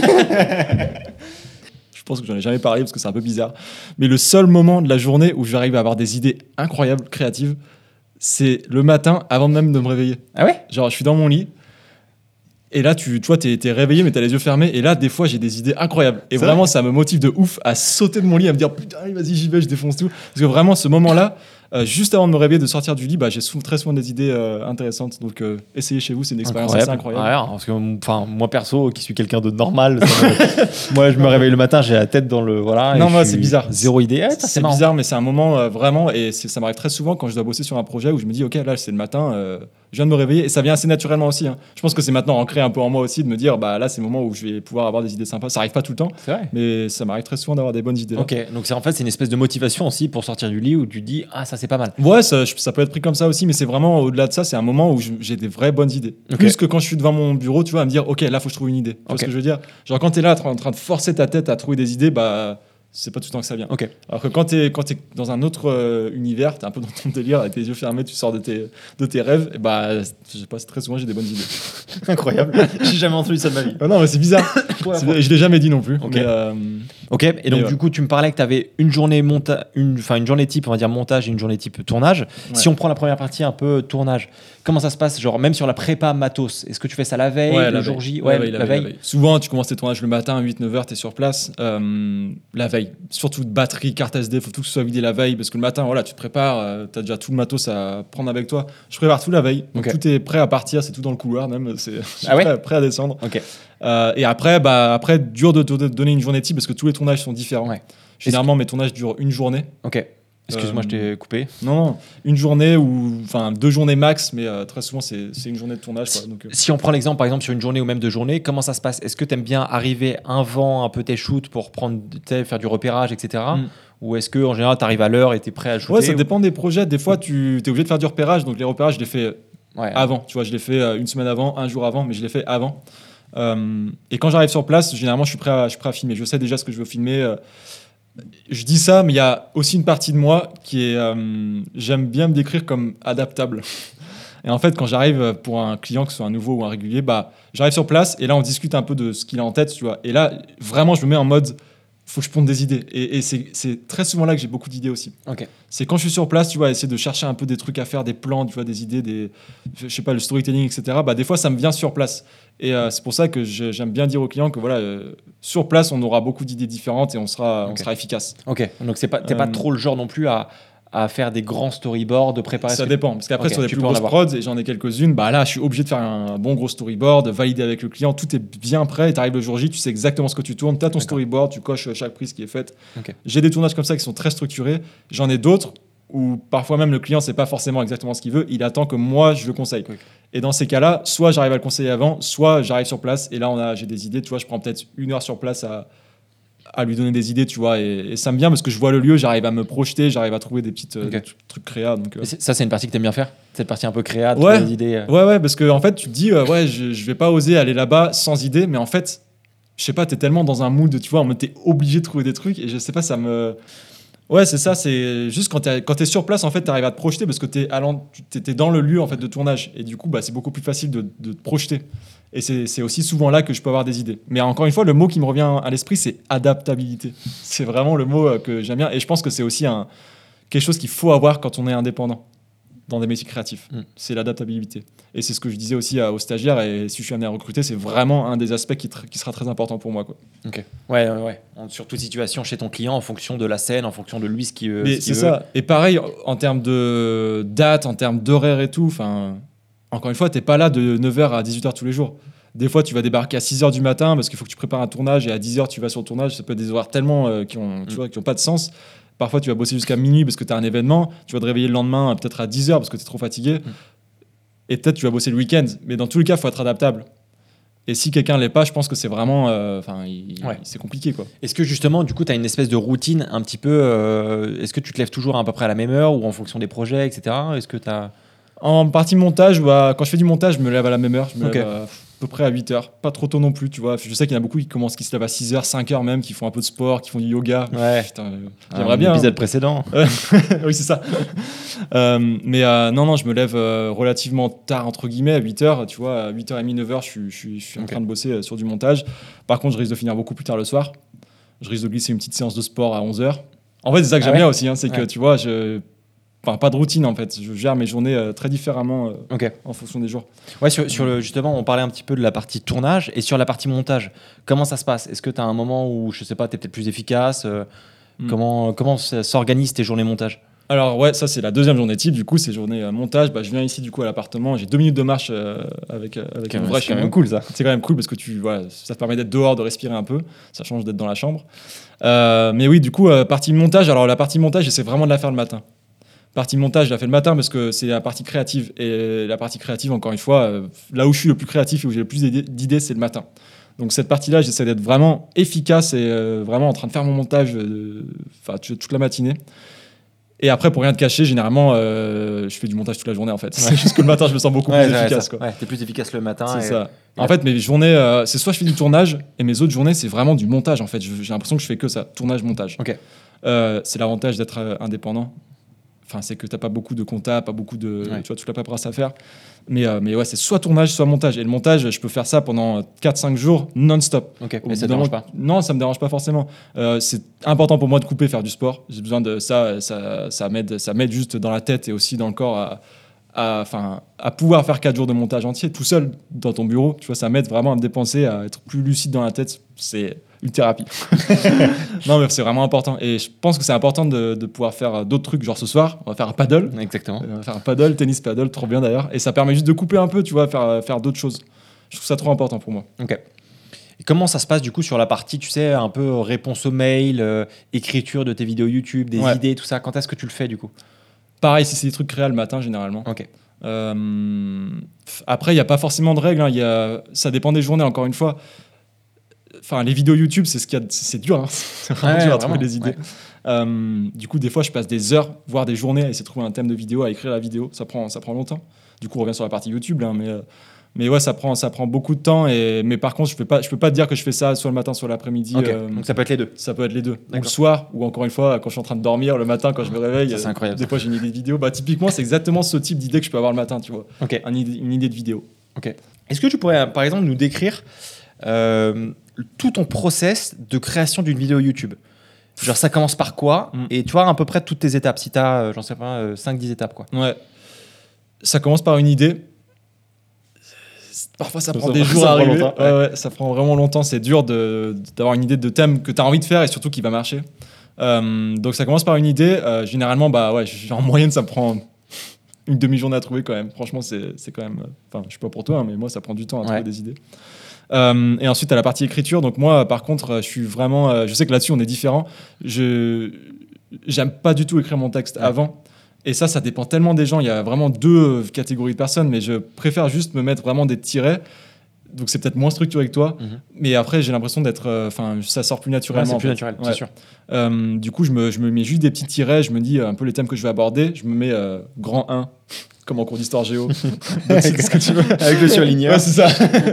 Je pense que j'en ai jamais parlé parce que c'est un peu bizarre. Mais le seul moment de la journée où j'arrive à avoir des idées incroyables, créatives, c'est le matin avant même de me réveiller. Ah ouais? Genre, je suis dans mon lit. Et là, tu vois, t'es réveillé, mais t'as les yeux fermés. Et là, des fois, j'ai des idées incroyables. Et vraiment, ça me motive de ouf à sauter de mon lit, à me dire putain, vas-y, j'y vais, je défonce tout. Parce que vraiment, ce moment-là, juste avant de me réveiller, de sortir du lit, j'ai très souvent des idées intéressantes. Donc, essayez chez vous, c'est une expérience assez incroyable. Ouais, parce que moi, perso, qui suis quelqu'un de normal, moi, je me réveille le matin, j'ai la tête dans le. Voilà. Non, moi, c'est bizarre. Zéro idée. C'est bizarre, mais c'est un moment vraiment. Et ça m'arrive très souvent quand je dois bosser sur un projet où je me dis, ok, là, c'est le matin. Je viens de me réveiller et ça vient assez naturellement aussi. Je pense que c'est maintenant ancré un peu en moi aussi de me dire là c'est le moment où je vais pouvoir avoir des idées sympas. Ça arrive pas tout le temps, c'est vrai. Mais ça m'arrive très souvent d'avoir des bonnes idées. Là. Ok, donc c'est une espèce de motivation aussi pour sortir du lit où tu te dis ça c'est pas mal. Ouais, ça peut être pris comme ça aussi, mais c'est vraiment au-delà de ça, c'est un moment où j'ai des vraies bonnes idées. Okay. Plus que quand je suis devant mon bureau, tu vois, à me dire ok là faut que je trouve une idée. Tu vois ce que je veux dire? Genre quand t'es là en train de forcer ta tête à trouver des idées, c'est pas tout le temps que ça vient. Okay. Alors que quand t'es dans un autre univers, t'es un peu dans ton délire, avec tes yeux fermés, tu sors de tes rêves, et je sais pas, très souvent j'ai des bonnes idées. Incroyable. J'ai jamais entendu ça de ma vie. Non, mais c'est bizarre. Je l'ai jamais dit non plus. Okay. Ok, et donc du coup, tu me parlais que tu avais une journée une journée type, on va dire montage et une journée type tournage. Ouais. Si on prend la première partie un peu tournage, comment ça se passe? Genre même sur la prépa matos, est-ce que tu fais ça la veille, le jour J? Ouais, la veille. Souvent, tu commences tes tournages le matin, 8-9 heures, tu es sur place. La veille, surtout de batterie, carte SD, il faut tout que ce soit vidé la veille parce que le matin, voilà, tu te prépares, tu as déjà tout le matos à prendre avec toi. Je prépare tout la veille, donc tout est prêt à partir, c'est tout dans le couloir même, prêt à descendre. Okay. Et après, dur de donner une journée type parce que tous les tournages sont différents. Ouais. Généralement, mes tournages durent une journée. Ok. Excuse-moi, je t'ai coupé. Non, une journée ou 2 journées max, mais très souvent c'est une journée de tournage. Quoi, donc, Si on prend l'exemple, par exemple, sur une journée ou même 2 journées, comment ça se passe? Est-ce que tu aimes bien arriver avant un peu tes shoots pour faire du repérage, etc. Ou est-ce que en général, tu arrives à l'heure et tu es prêt à shooter? Ouais, ça dépend des projets. Des fois, tu es obligé de faire du repérage. Donc les repérages, je les fais avant. Tu vois, je les fais une semaine avant, un jour avant, mais je les fais avant. Et quand j'arrive sur place, généralement, je suis prêt à filmer. Je sais déjà ce que je veux filmer. Je dis ça, mais il y a aussi une partie de moi qui est... j'aime bien me décrire comme adaptable. Et en fait, quand j'arrive pour un client, que ce soit un nouveau ou un régulier, j'arrive sur place et là, on discute un peu de ce qu'il a en tête, tu vois. Et là, vraiment, je me mets en mode... faut que je ponde des idées. Et c'est très souvent là que j'ai beaucoup d'idées aussi. Okay. C'est quand je suis sur place, tu vois, essayer de chercher un peu des trucs à faire, des plans, tu vois, des idées, je sais pas, le storytelling, etc. Des fois, ça me vient sur place. Et c'est pour ça que j'aime bien dire aux clients que voilà, sur place, on aura beaucoup d'idées différentes et on sera efficace. Ok, donc t'es pas trop le genre non plus à faire des grands storyboards, de préparer. Ça dépend, parce qu'après sur les plus grosses prods, et j'en ai quelques-unes, là je suis obligé de faire un bon gros storyboard, valider avec le client, tout est bien prêt, et t'arrives le jour J, tu sais exactement ce que tu tournes, t'as ton storyboard, tu coches chaque prise qui est faite. J'ai des tournages comme ça qui sont très structurés, j'en ai d'autres où parfois même le client sait pas forcément exactement ce qu'il veut, il attend que moi je le conseille. Et dans ces cas-là, soit j'arrive à le conseiller avant, soit j'arrive sur place, et là j'ai des idées, tu vois, je prends peut-être 1 heure sur place à lui donner des idées, tu vois, et ça me vient parce que je vois le lieu, j'arrive à me projeter, j'arrive à trouver des petites trucs créa. Donc, ça, c'est une partie que t'aimes bien faire, cette partie un peu créa, des idées. Ouais, parce que en fait, tu te dis, je vais pas oser aller là-bas sans idée, mais en fait, je sais pas, t'es tellement dans un mood, tu vois, t'es obligé de trouver des trucs, et je sais pas, ça me... Ouais, c'est ça, c'est juste quand t'es sur place, en fait, t'arrives à te projeter parce que t'es dans le lieu en fait, de tournage, et du coup, c'est beaucoup plus facile de te projeter. Et c'est aussi souvent là que je peux avoir des idées. Mais encore une fois, le mot qui me revient à l'esprit, c'est adaptabilité. C'est vraiment le mot que j'aime bien. Et je pense que c'est aussi quelque chose qu'il faut avoir quand on est indépendant dans des métiers créatifs. C'est l'adaptabilité. Et c'est ce que je disais aussi aux stagiaires. Et si je suis amené à recruter, c'est vraiment un des aspects qui sera très important pour moi, quoi. Ok. Ouais. Sur toute situation chez ton client, en fonction de la scène, en fonction de lui, ce qu'il veut. Mais c'est ça. Et pareil, en termes de date, en termes d'horaire et tout, encore une fois, t'es pas là de 9h à 18h tous les jours. Des fois, tu vas débarquer à 6h du matin parce qu'il faut que tu prépares un tournage, et à 10h, tu vas sur le tournage. Ça peut être des horaires tellement qui ont pas de sens. Parfois, tu vas bosser jusqu'à minuit parce que tu as un événement. Tu vas te réveiller le lendemain peut-être à 10h parce que tu es trop fatigué. Et peut-être tu vas bosser le week-end. Mais dans tous les cas, il faut être adaptable. Et si quelqu'un l'est pas, je pense que c'est vraiment... c'est compliqué, quoi. Est-ce que justement, du coup, tu as une espèce de routine un petit peu... est-ce que tu te lèves toujours à peu près à la même heure ou en fonction des projets, etc. Est-ce que tu as... En partie montage, quand je fais du montage, je me lève à la même heure. Je me lève à peu près à 8h. Pas trop tôt non plus, tu vois. Je sais qu'il y en a beaucoup qui se lèvent à 6h, 5h même, qui font un peu de sport, qui font du yoga. Ouais. Putain, j'aimerais bien. L'épisode précédent. Oui, c'est ça. Mais non, je me lève relativement tard, entre guillemets, à 8h. Tu vois, à 8h30, 9h, je suis en train de bosser sur du montage. Par contre, je risque de finir beaucoup plus tard le soir. Je risque de glisser une petite séance de sport à 11h. En fait, c'est ça que j'aime bien aussi, c'est que, tu vois, pas de routine en fait, je gère mes journées très différemment en fonction des jours. Ouais, justement, on parlait un petit peu de la partie tournage et sur la partie montage. Comment ça se passe? Est-ce que tu as un moment où, je sais pas, tu es peut-être plus efficace? Comment s'organisent tes journées montage? Alors ouais, ça c'est la deuxième journée type, du coup c'est journée montage. Je viens ici du coup à l'appartement, j'ai 2 minutes de marche avec mon vrai. C'est quand même cool ça. C'est quand même cool parce que ça te permet d'être dehors, de respirer un peu, ça change d'être dans la chambre. Mais oui, du coup, partie montage, alors la partie montage, j'essaie vraiment de la faire le matin. Partie montage, je la fais le matin parce que c'est la partie créative. Et la partie créative, encore une fois, là où je suis le plus créatif et où j'ai le plus d'idées, c'est le matin. Donc cette partie-là, j'essaie d'être vraiment efficace et vraiment en train de faire mon montage toute la matinée. Et après, pour rien te cacher, généralement, je fais du montage toute la journée en fait. C'est juste que le matin, je me sens beaucoup plus efficace. Ouais, t'es plus efficace le matin. C'est ça. En fait, mes journées, c'est soit je fais du tournage et mes autres journées, c'est vraiment du montage en fait. J'ai l'impression que je fais que ça, tournage-montage. C'est l'avantage d'être indépendant. Enfin, c'est que t'as pas beaucoup de compta, pas beaucoup de... Tu vois, toute la paperasse à faire. Mais ouais, c'est soit tournage, soit montage. Et le montage, je peux faire ça pendant 4-5 jours non-stop. Mais ça te dérange pas? Non, ça me dérange pas forcément. C'est important pour moi de couper, faire du sport. J'ai besoin de ça. Ça m'aide juste dans la tête et aussi dans le corps à pouvoir faire 4 jours de montage entier tout seul dans ton bureau. Tu vois, ça m'aide vraiment à me dépenser, à être plus lucide dans la tête. C'est une thérapie. Non, mais c'est vraiment important. Et je pense que c'est important de pouvoir faire d'autres trucs. Genre ce soir, on va faire un paddle. Exactement. On va faire un paddle, tennis paddle, trop bien d'ailleurs. Et ça permet juste de couper un peu, tu vois, faire d'autres choses. Je trouve ça trop important pour moi. Ok. Et comment ça se passe du coup sur la partie, tu sais, un peu réponse aux mails, écriture de tes vidéos YouTube, des idées, tout ça? Quand est-ce que tu le fais du coup? Pareil, si c'est des trucs créés le matin, généralement. Ok. Après, il n'y a pas forcément de règles. Ça dépend des journées, encore une fois. Enfin, les vidéos YouTube, c'est dur. Hein. C'est vraiment dur à trouver des idées. Du coup, des fois, je passe des heures, voire des journées à essayer de trouver un thème de vidéo, à écrire la vidéo. Ça prend longtemps. Du coup, on revient sur la partie YouTube. Hein, mais ouais, ça prend beaucoup de temps. Mais par contre, je peux pas te dire que je fais ça soit le matin, soit l'après-midi. Donc ça peut être les deux. Ça peut être les deux. Ou le soir, ou encore une fois, quand je suis en train de dormir, le matin, quand je me réveille. Ça, c'est incroyable. Des fois, j'ai une idée de vidéo. Typiquement, c'est exactement ce type d'idée que je peux avoir le matin, tu vois. Une idée de vidéo. Ok. Est-ce que tu pourrais, par exemple, nous décrire tout ton process de création d'une vidéo YouTube? Genre, ça commence par quoi? Et tu vois, à peu près toutes tes étapes. Si tu as, j'en sais pas, 5-10 étapes, quoi. Ouais. Ça commence par une idée. Parfois, ça prend des jours à arriver. Ouais, ça prend vraiment longtemps. C'est dur d'avoir une idée de thème que tu as envie de faire et surtout qui va marcher. Donc, ça commence par une idée. Généralement, en moyenne, ça me prend une demi-journée à trouver quand même. Franchement, c'est quand même... Enfin, je sais pas pour toi, mais moi, ça prend du temps à trouver des idées. Et ensuite, à la partie écriture. Donc, moi, par contre, je suis vraiment... je sais que là-dessus, on est différents. J'aime pas du tout écrire mon texte avant. Et ça dépend tellement des gens. Il y a vraiment 2 catégories de personnes, mais je préfère juste me mettre vraiment des tirets. Donc c'est peut-être moins structuré que toi, mais après j'ai l'impression d'être... ça sort plus naturellement. C'est plus naturel, c'est sûr. Du coup, je me mets juste des petits tirets, je me dis un peu les thèmes que je vais aborder, je me mets grand 1, comme en cours d'histoire géo. C'est ce que tu veux. Avec le surligneur. Ouais, c'est ça.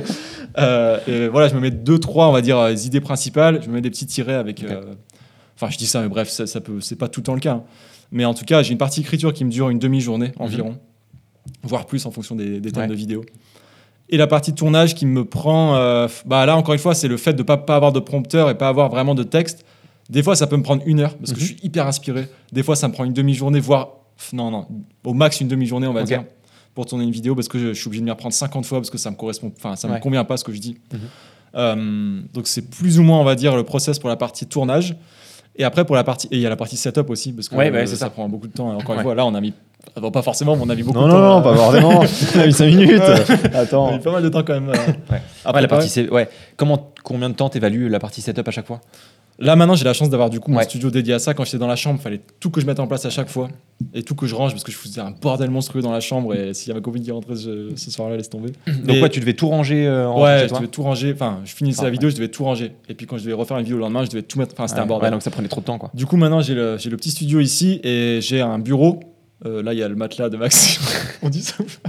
Et voilà, je me mets 2-3, on va dire, les idées principales, je me mets des petits tirets avec... Enfin, je dis ça, mais bref, c'est pas tout le temps le cas. Hein. Mais en tout cas, j'ai une partie écriture qui me dure une demi-journée environ, voire plus en fonction des thèmes de vidéo. Et la partie tournage qui me prend... là, encore une fois, c'est le fait de ne pas avoir de prompteur et pas avoir vraiment de texte. Des fois, ça peut me prendre 1 heure parce que je suis hyper inspiré. Des fois, ça me prend une demi-journée, voire... Non, au max une demi-journée, on va dire, pour tourner une vidéo parce que je suis obligé de m'y reprendre 50 fois parce que ça me correspond... Enfin, ça me convient pas ce que je dis. Donc, c'est plus ou moins, on va dire, le process pour la partie tournage. Et après, pour la partie... Et il y a la partie setup aussi parce que ça prend beaucoup de temps. Et encore une fois, là, on a mis... pas forcément, mais on a mis beaucoup de temps. Non, pas forcément. On a mis 5 minutes. Attends. On a mis pas mal de temps quand même. Après, la partie combien de temps t'évalues la partie setup à chaque fois? Là, maintenant, j'ai la chance d'avoir du coup mon studio dédié à ça. Quand j'étais dans la chambre, il fallait tout que je mette en place à chaque fois et tout que je range parce que je faisais un bordel monstrueux dans la chambre. Et s'il y a ma copine qui rentrait ce soir-là, laisse tomber. Donc, tu devais tout ranger je devais tout ranger. Enfin, je finissais la vidéo, je devais tout ranger. Et puis, quand je devais refaire une vidéo le lendemain, je devais tout mettre. Enfin, c'était un bordel. Donc, ça prenait trop de temps, quoi. Du coup, maintenant, j'ai le petit studio ici et j'ai un bureau. Là, il y a le matelas de Maxime. On dit ça ou pas?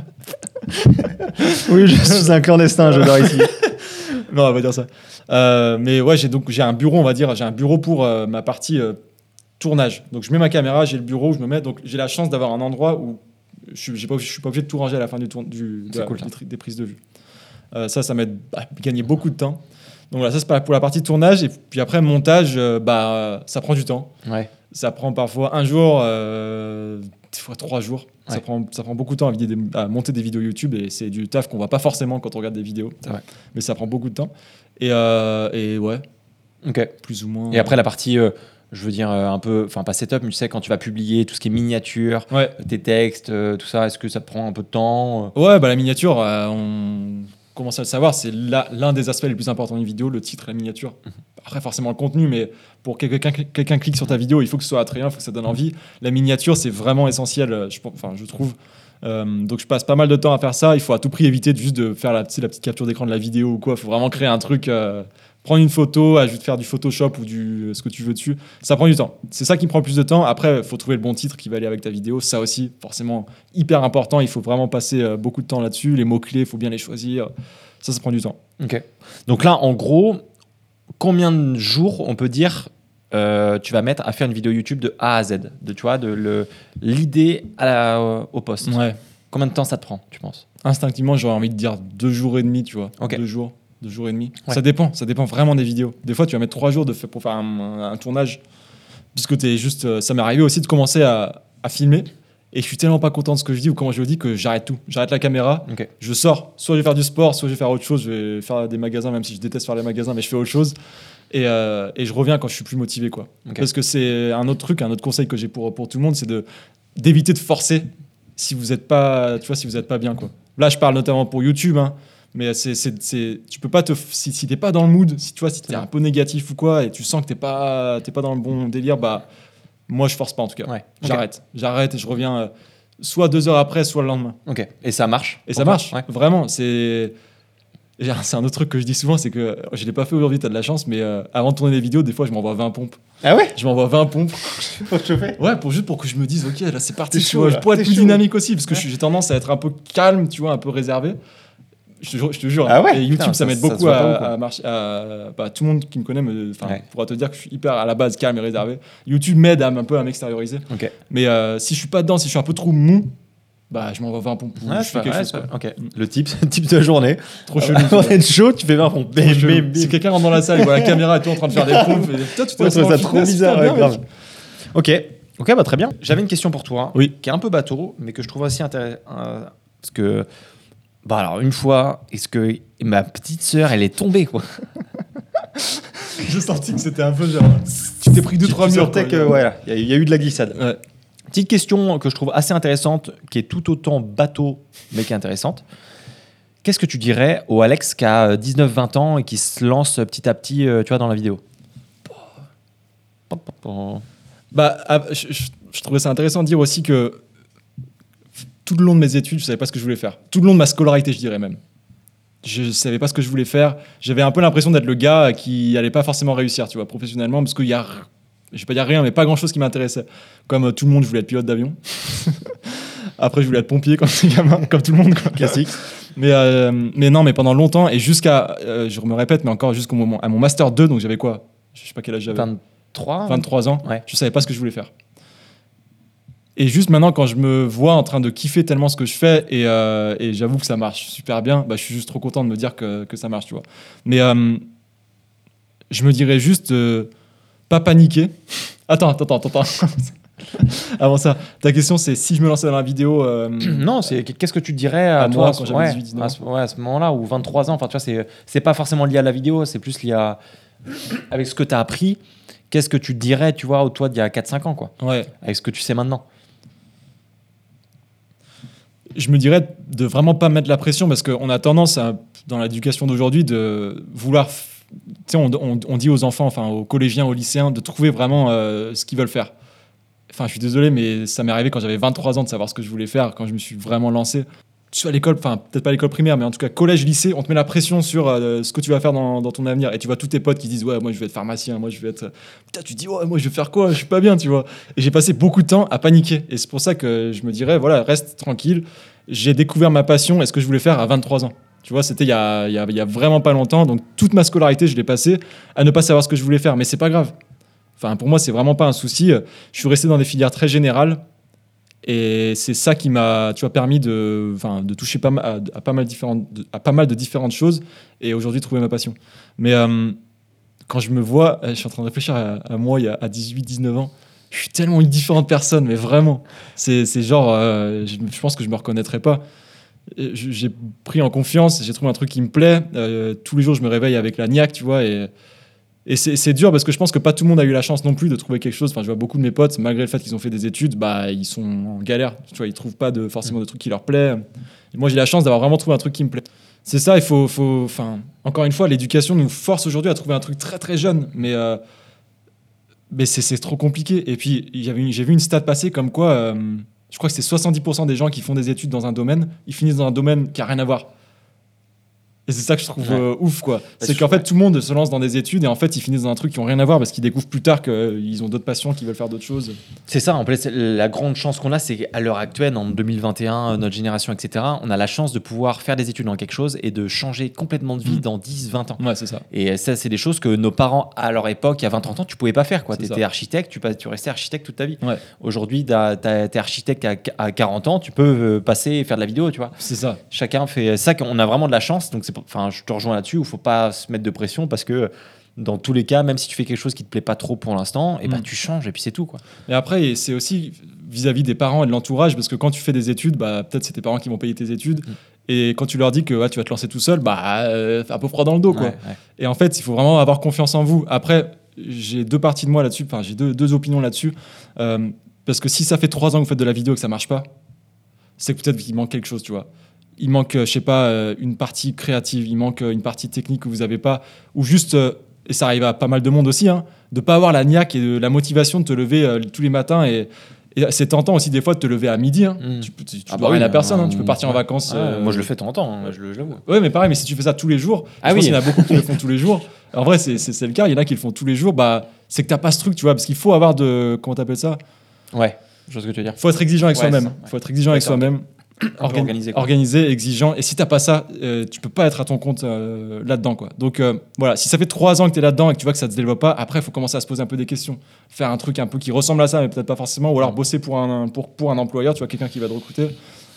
Oui, je suis un clandestin, je dors ici. Non, on va dire ça. Mais ouais, j'ai un bureau, on va dire. J'ai un bureau pour ma partie tournage. Donc, je mets ma caméra, j'ai le bureau où je me mets. Donc, j'ai la chance d'avoir un endroit où je suis pas obligé de tout ranger à la fin des prises de vue. Ça m'aide à gagner beaucoup de temps. Donc, voilà, ça, c'est pour la partie tournage. Et puis après, montage, ça prend du temps. Ouais. Ça prend parfois 1 jour, des fois 3 jours. Ça prend beaucoup de temps à monter des vidéos YouTube et c'est du taf qu'on voit pas forcément quand on regarde des vidéos. Mais ça prend beaucoup de temps. Et ouais, plus ou moins. Et après la partie, je veux dire un peu, enfin pas setup, mais tu sais quand tu vas publier tout ce qui est miniature, tes textes, tout ça, est-ce que ça te prend un peu de temps? Ouais, la miniature, on commence à le savoir, c'est l'un des aspects les plus importants d'une vidéo, le titre et la miniature. Après, forcément le contenu, mais pour que quelqu'un clique sur ta vidéo, il faut que ce soit attrayant, il faut que ça donne envie. La miniature, c'est vraiment essentiel, je trouve. Donc je passe pas mal de temps à faire ça. Il faut à tout prix éviter juste de faire la petite capture d'écran de la vidéo ou quoi. Il faut vraiment créer un truc, prendre une photo, faire du Photoshop ou ce que tu veux dessus. Ça prend du temps. C'est ça qui prend le plus de temps. Après, il faut trouver le bon titre qui va aller avec ta vidéo. Ça aussi, forcément, hyper important. Il faut vraiment passer beaucoup de temps là-dessus. Les mots-clés, il faut bien les choisir. Ça prend du temps. Ok. Donc là, en gros, combien de jours on peut dire tu vas mettre à faire une vidéo YouTube de A à Z, de l'idée au post? Ouais. Combien de temps ça te prend, tu penses? Instinctivement, j'aurais envie de dire 2 jours et demi, tu vois. Okay. 2 jours et demi. Ouais. Ça dépend vraiment des vidéos. Des fois, tu vas mettre 3 jours pour faire un tournage, puisque t'es juste. Ça m'est arrivé aussi de commencer à filmer. Et je suis tellement pas content de ce que je dis ou comment je le dis que j'arrête tout. J'arrête la caméra, je sors. Soit je vais faire du sport, soit je vais faire autre chose. Je vais faire des magasins, même si je déteste faire les magasins, mais je fais autre chose. Et je reviens quand je suis plus motivé, quoi. Parce que c'est un autre conseil que j'ai pour tout le monde, c'est d'éviter de forcer si vous êtes pas bien, quoi. Là, je parle notamment pour YouTube, hein, Mais tu peux pas si t'es pas dans le mood, si tu vois, si t'es un peu négatif ou quoi, et tu sens que t'es pas dans le bon délire, bah moi je force pas en tout cas. Ouais. J'arrête et je reviens soit 2 heures après, soit le lendemain. Ok. Et ça marche. Et ça marche, vraiment. C'est un autre truc que je dis souvent, c'est que je l'ai pas fait aujourd'hui, t'as de la chance, mais avant de tourner des vidéos, des fois je m'envoie 20 pompes. Ah ouais? Je m'envoie 20 pompes. Faut te chauffer. Ouais, pour que je me dise, ok, là c'est parti, T'es tu chaud, vois, là. je pourrais être T'es plus chaud. dynamique aussi, parce que j'ai tendance à être un peu calme, tu vois, un peu réservé. Je te jure. Ah ouais? Et YouTube, Putain, ça m'aide ça se beaucoup voit pas à marcher. Tout le monde qui me connaît Ouais. pourra te dire que je suis hyper à la base calme et réservé. YouTube m'aide un peu à m'extérioriser. Ok. Mais si je suis pas dedans, si je suis un peu trop mou, bah je m'envoie 20 pompes ou je fais quelque chose. Quoi. Ok. Le type de la journée. Trop chelou. Avant d'être chaud, tu fais 20 pompes. Trop chelou. Si quelqu'un rentre dans la salle, il voit la caméra et toi en train de faire des pompes, et toi tu te Ouais, je trouve ça dans le trop fitness, bizarre. super Ouais, bien, grave. mec. Ok, bah très bien. J'avais une question pour toi, Oui. qui est un peu bateau, mais que je trouve assez intéressant. Parce que, bah alors, une fois, est-ce que ma petite sœur, elle est tombée, quoi. J'ai senti que c'était un peu genre. Tu t'es pris 2-3 murs. sentais que, ouais, il y a eu de la glissade. Ouais. Petite question que je trouve assez intéressante, qui est tout autant bateau, mais qui est intéressante. Qu'est-ce que tu dirais au Alex qui a 19-20 ans et qui se lance petit à petit, tu vois, dans la vidéo? Bah, je trouvais ça intéressant de dire aussi que tout le long de mes études, je savais pas ce que je voulais faire. Tout le long de ma scolarité, je dirais même. Je savais pas ce que je voulais faire. J'avais un peu l'impression d'être le gars qui allait pas forcément réussir, tu vois, professionnellement, parce qu'il y a, je vais pas dire rien, mais pas grand chose qui m'intéressait. Comme tout le monde, je voulais être pilote d'avion. Après, je voulais être pompier quand j'étais gamin, comme tout le monde, quoi. Classique. Mais non, mais pendant longtemps, et jusqu'à, je me répète, mais encore jusqu'au moment, à mon Master 2, donc j'avais quoi? Je sais pas quel âge j'avais. 23 ans. Ouais. Je savais pas ce que je voulais faire. Et juste maintenant, quand je me vois en train de kiffer tellement ce que je fais, et j'avoue que ça marche super bien, bah, je suis juste trop content de me dire que ça marche, tu vois. Mais je me dirais juste pas paniquer. Attends. Avant ça, ta question, c'est si je me lançais dans la vidéo... Non, qu'est-ce que tu dirais à toi, moi quand j'avais 18-19 ans. à ce moment-là, ou 23 ans, enfin, tu vois, c'est pas forcément lié à la vidéo, c'est plus lié à... Avec ce que tu as appris, qu'est-ce que tu te dirais, tu vois, au toi d'il y a 4-5 ans, quoi, Ouais. avec ce que tu sais maintenant? Je me dirais de vraiment pas mettre la pression, parce qu'on a tendance, dans l'éducation d'aujourd'hui, de vouloir... Tu sais, on dit aux enfants, enfin aux collégiens, aux lycéens, de trouver vraiment ce qu'ils veulent faire. Enfin, je suis désolé, mais ça m'est arrivé quand j'avais 23 ans de savoir ce que je voulais faire, quand je me suis vraiment lancé. Tu sois à l'école, enfin peut-être pas à l'école primaire, mais en tout cas collège, lycée, on te met la pression sur ce que tu vas faire dans ton avenir. Et tu vois tous tes potes qui disent ouais, moi je vais être pharmacien, moi je vais être... Putain, tu te dis ouais, moi je vais faire quoi? Je suis pas bien, tu vois. Et j'ai passé beaucoup de temps à paniquer. Et c'est pour ça que je me dirais, voilà, reste tranquille. J'ai découvert ma passion et ce que je voulais faire à 23 ans. Tu vois, c'était il y a vraiment pas longtemps. Donc toute ma scolarité, je l'ai passée à ne pas savoir ce que je voulais faire. Mais c'est pas grave. Enfin, pour moi, c'est vraiment pas un souci. Je suis resté dans des filières très générales. Et c'est ça qui m'a, tu vois, permis de toucher à pas mal de différentes choses et aujourd'hui trouver ma passion. Mais quand je me vois, je suis en train de réfléchir à moi à 18-19 ans, je suis tellement une différente personne, mais vraiment. C'est genre, je pense que je me reconnaîtrais pas. J'ai pris en confiance, j'ai trouvé un truc qui me plaît. Tous les jours, je me réveille avec la niaque, tu vois, et c'est dur parce que je pense que pas tout le monde a eu la chance non plus de trouver quelque chose. Enfin, je vois beaucoup de mes potes, malgré le fait qu'ils ont fait des études, bah, ils sont en galère. Tu vois, ils trouvent pas forcément de trucs qui leur plaît. Et moi, j'ai la chance d'avoir vraiment trouvé un truc qui me plaît. C'est ça, enfin, encore une fois, l'éducation nous force aujourd'hui à trouver un truc très très jeune, mais c'est trop compliqué. Et puis, j'ai vu une stat passer comme quoi, je crois que c'est 70% des gens qui font des études dans un domaine, ils finissent dans un domaine qui a rien à voir. Et c'est ça que je trouve ouf, quoi. C'est qu'en fait, tout le monde se lance dans des études et en fait, ils finissent dans un truc qui n'ont rien à voir parce qu'ils découvrent plus tard qu'ils ont d'autres passions, qu'ils veulent faire d'autres choses. C'est ça, en fait, la grande chance qu'on a, c'est qu'à l'heure actuelle, en 2021, notre génération, etc., on a la chance de pouvoir faire des études dans quelque chose et de changer complètement de vie dans 10-20 ans. Ouais, c'est ça. Et ça, c'est des choses que nos parents, à leur époque, il y a 20-30 ans, tu pouvais pas faire, quoi. Tu C'est étais ça. architecte, tu restais architecte toute ta vie. Ouais. Aujourd'hui, t'es architecte à 40 ans, tu peux passer et faire de la vidéo, tu vois. C'est ça. Chacun fait ça, on a vraiment de la chance, donc enfin, je te rejoins là-dessus, où il faut pas se mettre de pression parce que dans tous les cas, même si tu fais quelque chose qui te plaît pas trop pour l'instant, et ben tu changes et puis c'est tout, quoi. Et après, c'est aussi vis-à-vis des parents et de l'entourage, parce que quand tu fais des études, bah, peut-être c'est tes parents qui vont payer tes études. Et quand tu leur dis que tu vas te lancer tout seul, bah, fais un peu froid dans le dos, quoi. Ouais. Et en fait, il faut vraiment avoir confiance en vous. Après, j'ai deux parties de moi là-dessus, enfin, j'ai deux opinions là-dessus. Parce que si ça fait 3 ans que vous faites de la vidéo et que ça marche pas, c'est que peut-être qu'il manque quelque chose, tu vois. il manque, je sais pas, une partie créative, il manque une partie technique que vous avez pas, ou juste, et ça arrive à pas mal de monde aussi, hein, de pas avoir la niaque et la motivation de te lever tous les matins et c'est tentant aussi des fois de te lever à midi. Hein. Tu dois rien à personne. Hein. Tu peux partir en vacances. Moi, je le fais de temps en temps. Hein, je l'avoue. Ouais, mais pareil. Mais si tu fais ça tous les jours, je pense qu'il y en a beaucoup qui le font tous les jours. En vrai, c'est le cas. Il y en a qui le font tous les jours. Bah, c'est que t'as pas ce truc, tu vois, parce qu'il faut avoir de, comment t'appelles ça ? Ouais. Je vois ce que tu veux dire. Faut être exigeant avec soi-même. Faut être exigeant avec soi-même. Organisé, exigeant. Et si t'as pas ça, tu peux pas être à ton compte là-dedans, quoi. Donc voilà, si ça fait 3 ans que t'es là-dedans et que tu vois que ça te développe pas, après il faut commencer à se poser un peu des questions, faire un truc un peu qui ressemble à ça, mais peut-être pas forcément, ou alors bosser pour un employeur, tu vois, quelqu'un qui va te recruter.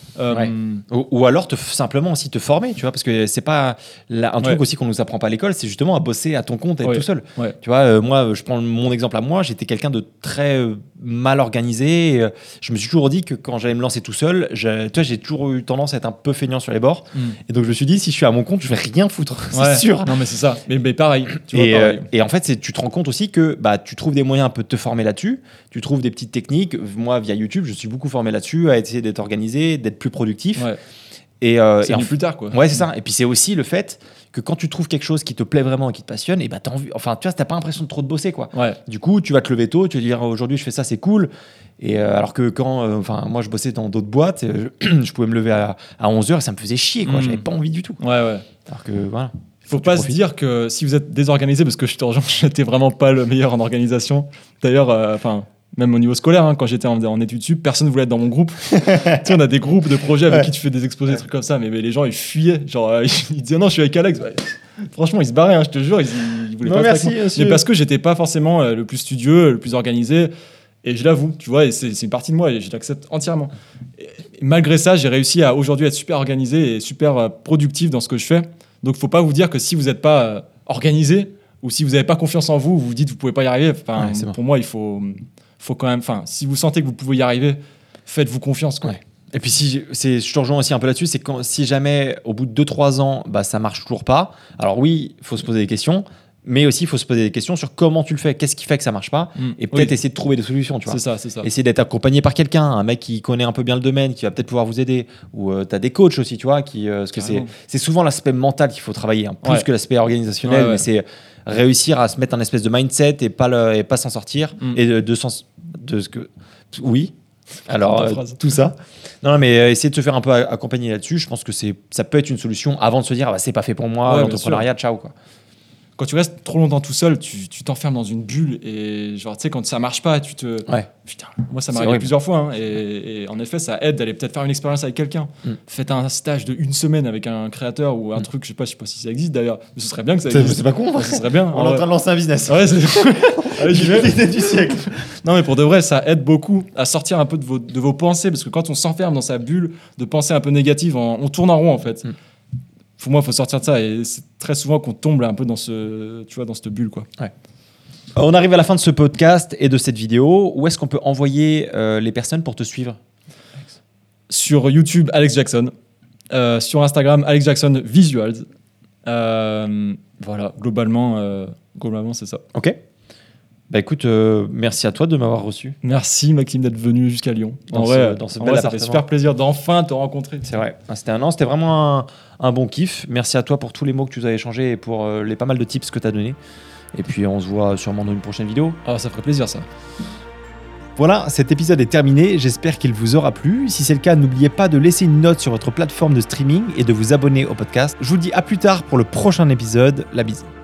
Ou alors simplement aussi te former, tu vois, parce que c'est pas un truc aussi qu'on nous apprend pas à l'école, c'est justement à bosser à ton compte et être tout seul. Tu vois, moi, je prends mon exemple à moi, j'étais quelqu'un de très mal organisé. Et, je me suis toujours dit que quand j'allais me lancer tout seul, tu vois, j'ai toujours eu tendance à être un peu feignant sur les bords. Et donc je me suis dit, si je suis à mon compte, je vais rien foutre, c'est sûr. Non, mais c'est ça. Mais pareil. Et en fait, tu te rends compte aussi que tu trouves des moyens un peu de te former là-dessus. Tu trouves des petites techniques. Moi, via YouTube, je suis beaucoup formé là-dessus, à essayer d'être organisé, d'être plus productif. Et c'est plus tard, quoi. Ouais, c'est ça. Et puis c'est aussi le fait que quand tu trouves quelque chose qui te plaît vraiment et qui te passionne, et t'as envie, enfin, tu vois, t'as pas l'impression de trop te bosser, quoi. Du coup, tu vas te lever tôt, tu vas dire aujourd'hui je fais ça, c'est cool. Et alors que quand, moi je bossais dans d'autres boîtes, je pouvais me lever à 11h et ça me faisait chier, quoi. J'avais pas envie du tout. Alors que voilà. Faut pas se dire que si vous êtes désorganisé, parce que je te rejoins, j'étais vraiment pas le meilleur en organisation. D'ailleurs, même au niveau scolaire, hein, quand j'étais en études sup, personne ne voulait être dans mon groupe. Tu sais, on a des groupes de projets avec qui tu fais des exposés, des trucs comme ça, mais les gens ils fuyaient. Genre, ils disaient non, je suis avec Alex. Franchement, ils se barraient, hein, je te jure, ils voulaient pas être avec moi. Mais parce que j'étais pas forcément le plus studieux, le plus organisé. Et je l'avoue, tu vois, et c'est une partie de moi et je l'accepte entièrement. Et malgré ça, j'ai réussi à aujourd'hui être super organisé et super productif dans ce que je fais. Donc, faut pas vous dire que si vous n'êtes pas organisé ou si vous n'avez pas confiance en vous, vous vous dites que vous pouvez pas y arriver. Pour moi, il faut quand même. Si vous sentez que vous pouvez y arriver, faites-vous confiance, quoi. Et puis je te rejoins aussi un peu là-dessus, c'est que si jamais au bout de 2-3 ans, ça marche toujours pas. Alors oui, il faut se poser des questions. Mais aussi, il faut se poser des questions sur comment tu le fais, qu'est-ce qui fait que ça marche pas, et peut-être essayer de trouver des solutions, tu vois. C'est ça. Essayer d'être accompagné par quelqu'un, un mec qui connaît un peu bien le domaine, qui va peut-être pouvoir vous aider, ou tu as des coachs aussi, tu vois, parce que c'est souvent l'aspect mental qu'il faut travailler, hein, plus que l'aspect organisationnel, mais c'est réussir à se mettre un espèce de mindset et pas s'en sortir, et de ce que... Oui. Alors, tout ça. Non, mais essayer de se faire un peu accompagner là-dessus, je pense que ça peut être une solution avant de se dire, c'est pas fait pour moi, l'entrepreneuriat, ciao, quoi. Quand tu restes trop longtemps tout seul, tu t'enfermes dans une bulle et genre tu sais quand ça marche pas, tu te putain, moi ça m'est arrivé plusieurs fois hein, et en effet ça aide d'aller peut-être faire une expérience avec quelqu'un. Faites un stage de 1 semaine avec un créateur ou un truc, je sais pas si ça existe d'ailleurs, mais ce serait bien que ça existe. C'est pas con. Ce serait bien. On est en train de lancer un business. Ouais, c'est l'idée du siècle. Non mais pour de vrai, ça aide beaucoup à sortir un peu de vos pensées parce que quand on s'enferme dans sa bulle de pensées un peu négatives, on tourne en rond en fait. Pour moi, il faut sortir de ça. Et c'est très souvent qu'on tombe un peu dans cette bulle, quoi. On arrive à la fin de ce podcast et de cette vidéo. Où est-ce qu'on peut envoyer les personnes pour te suivre ? Sur YouTube, Alex Jackson. Sur Instagram, Alex Jackson Visuals. Voilà, globalement, c'est ça. Ok. Écoute, merci à toi de m'avoir reçu. Merci Maxime d'être venu jusqu'à Lyon. Dans ce bel appartement. Ça fait super plaisir d'enfin te rencontrer. C'est vrai. C'était vraiment un bon kiff. Merci à toi pour tous les mots que tu nous as échangés et pour les pas mal de tips que tu as donnés. Et puis on se voit sûrement dans une prochaine vidéo. Ah, ça ferait plaisir ça. Voilà, cet épisode est terminé. J'espère qu'il vous aura plu. Si c'est le cas, n'oubliez pas de laisser une note sur votre plateforme de streaming et de vous abonner au podcast. Je vous dis à plus tard pour le prochain épisode. La bise.